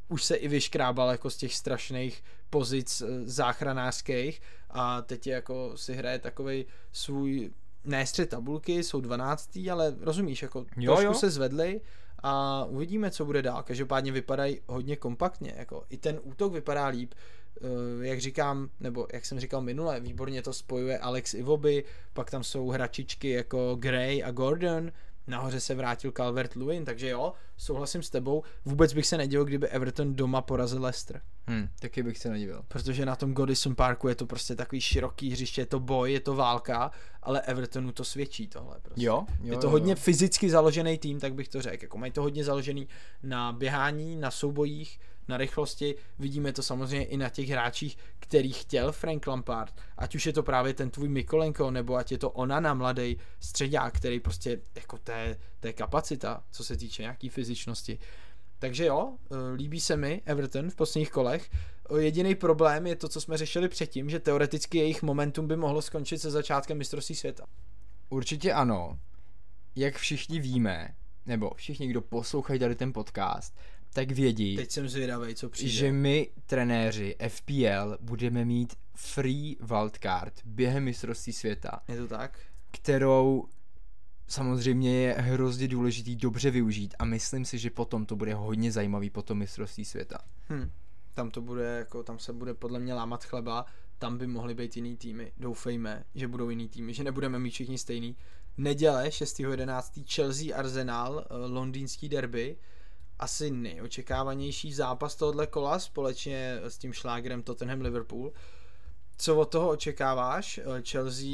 už se i vyškrábal jako z těch strašných pozic záchranářských a teď je jako si hraje takovej svůj ne střed tabulky, jsou 12. ale rozumíš, jako trošku se zvedli a uvidíme, co bude dál. Každopádně vypadají hodně kompaktně, jako i ten útok vypadá líp, jak říkám, nebo jak jsem říkal minule, výborně to spojuje Alex Iwobi, pak tam jsou hračičky jako Gray a Gordon, nahoře se vrátil Calvert-Lewin, takže jo, souhlasím s tebou, vůbec bych se nedivil, kdyby Everton doma porazil Leicester. Taky bych se nedivil. Protože na tom Goodison Parku je to prostě takový široký hřiště, je to boj, je to válka, ale Evertonu to svědčí tohle prostě. Jo, je to hodně fyzicky založený tým, tak bych to řekl. Jako mají to hodně založený na běhání, na soubojích, na rychlosti. Vidíme to samozřejmě i na těch hráčích, který chtěl Frank Lampard. Ať už je to právě ten tvůj Mykolenko, nebo ať je to Onana, mladý středák, který prostě jako té kapacita, co se týče nějaký fyzičnosti. Takže jo, líbí se mi Everton v posledních kolech. Jediný problém je to, co jsme řešili předtím, že teoreticky jejich momentum by mohlo skončit se začátkem mistrovství světa. Určitě ano. Jak všichni víme, nebo všichni, kdo poslouchají tady ten podcast, tak vědí, teď jsem zvědavej, co přijde, že my, trenéři FPL, budeme mít free wildcard během mistrovství světa. Je to tak? Kterou samozřejmě je hrozně důležitý dobře využít a myslím si, že potom to bude hodně zajímavý po tom mistrovství světa. Tam to bude jako, tam se bude podle mě lámat chleba, tam by mohly být jiný týmy. Doufejme, že budou jiný týmy, že nebudeme mít všichni stejný. Neděle 6.11. Chelsea Arsenal, londýnský derby, asi nejočekávanější zápas tohohle kola společně s tím šlágrem Tottenham Liverpool. Co od toho očekáváš? Chelsea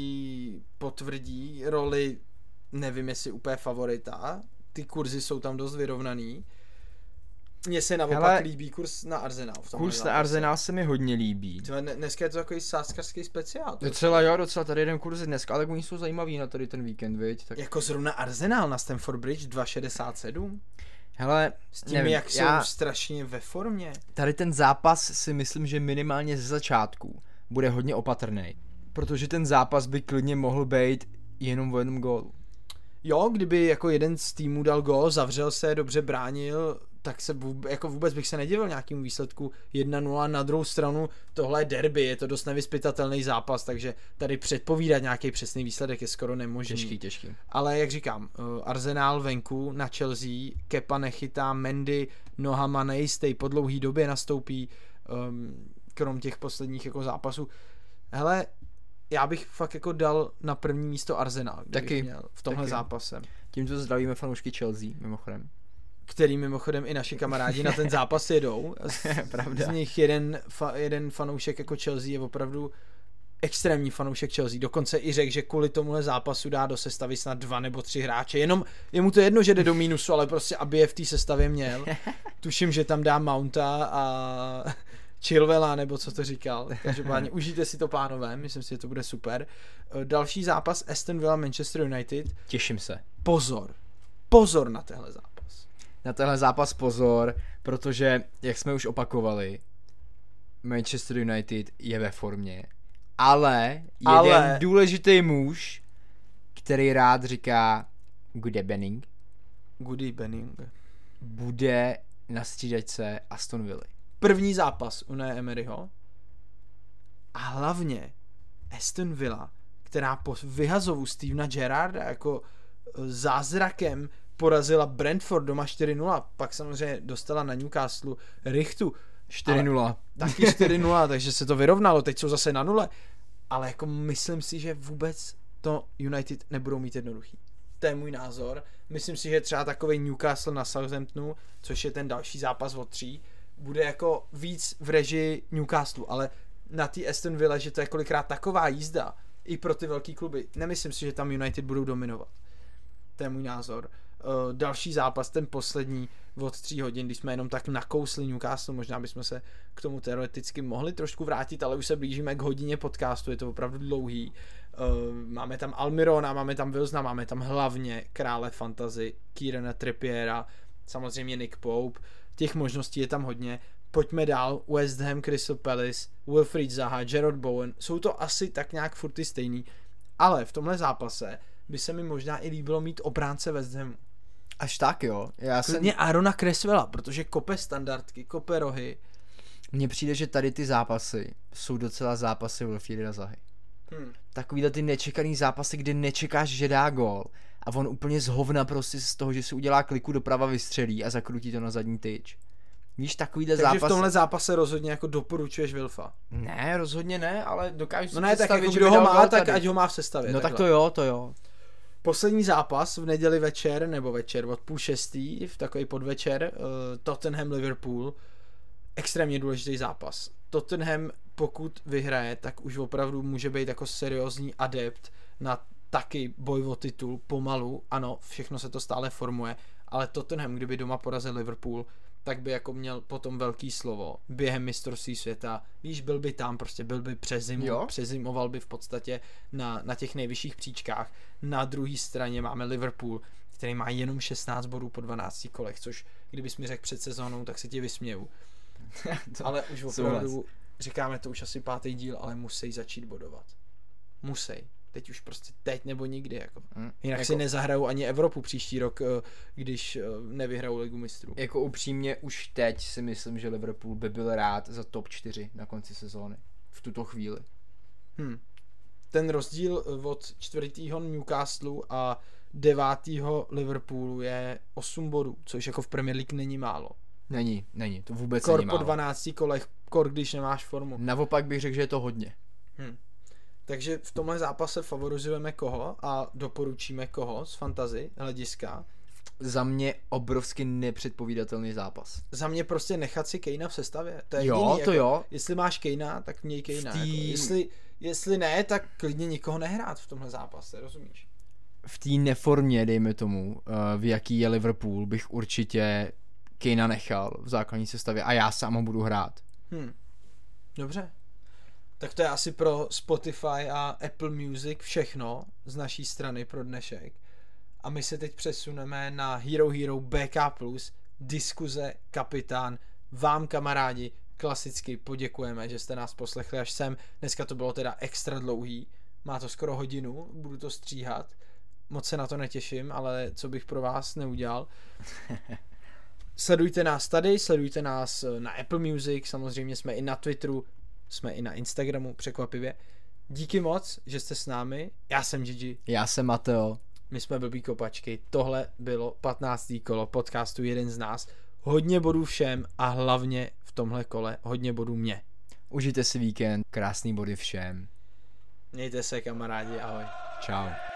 potvrdí roli, nevím jestli úplně favorita, ty kurzy jsou tam dost vyrovnaný. Mně se naopak líbí kurz na Arsenal. Kurz na Arsenal se mi hodně líbí. Dneska je to takový sázkařský speciál. Docela tady jeden kurz dneska, ale oni jsou zajímavý na tady ten víkend, viď? Tak... Jako zrovna Arsenal na Stamford Bridge 2,67? Hele, s tím, nevím, jak jsou strašně ve formě. Tady ten zápas si myslím, že minimálně ze začátku bude hodně opatrný. Protože ten zápas by klidně mohl být jenom o jednom gólu. Jo, kdyby jako jeden z týmů dal gól, zavřel se, dobře bránil, tak se jako vůbec bych se nedivil nějakému výsledku 1-0. Na druhou stranu tohle je derby, je to dost nevyzpytatelný zápas, takže tady předpovídat nějaký přesný výsledek je skoro nemožný. Těžký. Ale jak říkám, Arsenal venku na Chelsea, Kepa nechytá, Mendy nohama nejistý, po dlouhý době nastoupí, krom těch posledních jako zápasů. Hele, já bych fakt jako dal na první místo Arsenal, kdybych měl v tomhle zápase. Tímto zdravíme fanoušky Chelsea, mimochodem. Který mimochodem i naši kamarádi na ten zápas jedou. Pravda. Z nich jeden fanoušek jako Chelsea je opravdu extrémní fanoušek Chelsea. Dokonce i řekl, že kvůli tomuhle zápasu dá do sestavy snad 2 nebo 3 hráče. Jenom je mu to jedno, že jde do mínusu, ale prostě aby je v té sestavě měl. Tuším, že tam dá Mounta a Chilwella, nebo co to říkal. Každopádně užijte si to, pánové, myslím si, že to bude super. Další zápas Aston Villa Manchester United. Těším se. Pozor na tenhle zápas. Na tenhle zápas pozor, protože, jak jsme už opakovali, Manchester United je ve formě. Ale jeden důležitý muž, který rád říká good evening, bude na střídačce Aston Villa. První zápas Unaye Emeryho a hlavně Aston Villa, která po vyhazovu Stevena Gerrarda jako zázrakem porazila Brentford doma 4-0, pak samozřejmě dostala na Newcastle Richtu 4-0. Taky 4-0, takže se to vyrovnalo, teď jsou zase na nule. Ale jako myslím si, že vůbec to United nebudou mít jednoduchý. To je můj názor. Myslím si, že třeba takovej Newcastle na Southamptonu, což je ten další zápas od 3, bude jako víc v režii Newcastle, ale na té Aston Villa, že to je kolikrát taková jízda i pro ty velký kluby. Nemyslím si, že tam United budou dominovat. To je můj názor. Další zápas, ten poslední od 3 hodin, když jsme jenom tak nakousli Newcastle, možná bychom se k tomu teoreticky mohli trošku vrátit, ale už se blížíme k hodině podcastu, je to opravdu dlouhý. Máme tam Almirona, máme tam Wilsona, máme tam hlavně krále fantasy, Kierana Trippiera, samozřejmě Nick Pope, těch možností je tam hodně. Pojďme dál, West Ham, Crystal Palace, Wilfried Zaha, Jarrod Bowen, jsou to asi tak nějak furt ty stejný, ale v tomhle zápase by se mi možná i líbilo mít obránce West Hamu. Až tak jo. Klidně Aarona Cresswella, protože kope standardky, kope rohy. Mně přijde, že tady ty zápasy jsou docela zápasy Wilfrieda Zahy. Takovýhle ty nečekaný zápasy, kdy nečekáš, že dá gól a on úplně z hovna prostě z toho, že si udělá kliku doprava, vystřelí a zakrutí to na zadní tyč. Víš, takovýhle zápasy... Takže v tomhle zápase rozhodně jako doporučuješ Wilfa. Ne, rozhodně ne, ale dokážu si představit, tak jako kdo ho má, tak ať ho má v sestavě. No takhle. tak to jo. Poslední zápas v neděli večer od 5:30 v takový podvečer, Tottenham-Liverpool, extrémně důležitý zápas. Tottenham, pokud vyhraje, tak už opravdu může být jako seriózní adept na taky boj o titul pomalu, ano, všechno se to stále formuje, ale Tottenham, kdyby doma porazil Liverpool, tak by jako měl potom velký slovo během mistrovství světa, víš, byl by tam, prostě byl by přezimoval by v podstatě na těch nejvyšších příčkách. Na druhé straně máme Liverpool, který má jenom 16 bodů po 12 kolech, což kdybys mi řekl před sezónou, tak se ti vysměju. Ale už opravdu, říkáme to už asi 5. díl, ale musí začít bodovat. Teď už prostě teď nebo nikdy. Jako. Jinak si nezahrajou ani Evropu příští rok, když nevyhrajou Ligu mistrů. Jako upřímně už teď si myslím, že Liverpool by byl rád za top 4 na konci sezóny. V tuto chvíli. Ten rozdíl od 4. Newcastle a 9. Liverpoolu je 8 bodů, což jako v Premier League není málo. Není, to vůbec není málo. Po 12 kolech, když nemáš formu. Naopak bych řekl, že je to hodně. Takže v tomhle zápase favorizujeme koho a doporučíme koho z fantasy hlediska? Za mě obrovsky nepředpovídatelný zápas. Za mě prostě nechat si Kanea v sestavě. To je jo, jediný, to jako, jo. Jestli máš Kanea, tak měj Kanea. Jestli ne, tak klidně nikoho nehrát v tomhle zápase, rozumíš? V té neformě, dejme tomu, v jaký je Liverpool, bych určitě Kanea nechal v základní sestavě a já sám ho budu hrát. Dobře. Tak to je asi pro Spotify a Apple Music všechno z naší strany pro dnešek. A my se teď přesuneme na Hero BK+, diskuze kapitán. Vám, kamarádi, klasicky poděkujeme, že jste nás poslechli až sem. Dneska to bylo teda extra dlouhý, má to skoro hodinu, budu to stříhat. Moc se na to netěším, ale co bych pro vás neudělal. Sledujte nás tady, sledujte nás na Apple Music, samozřejmě jsme i na Twitteru, jsme i na Instagramu, překvapivě. Díky moc, že jste s námi. Já jsem Gigi. Já jsem Mateo. My jsme Blbý kopačky. Tohle bylo 15. kolo podcastu Jeden z nás. Hodně bodů všem a hlavně v tomhle kole hodně bodů mě. Užijte si víkend, krásný body všem. Mějte se, kamarádi, ahoj. Čau.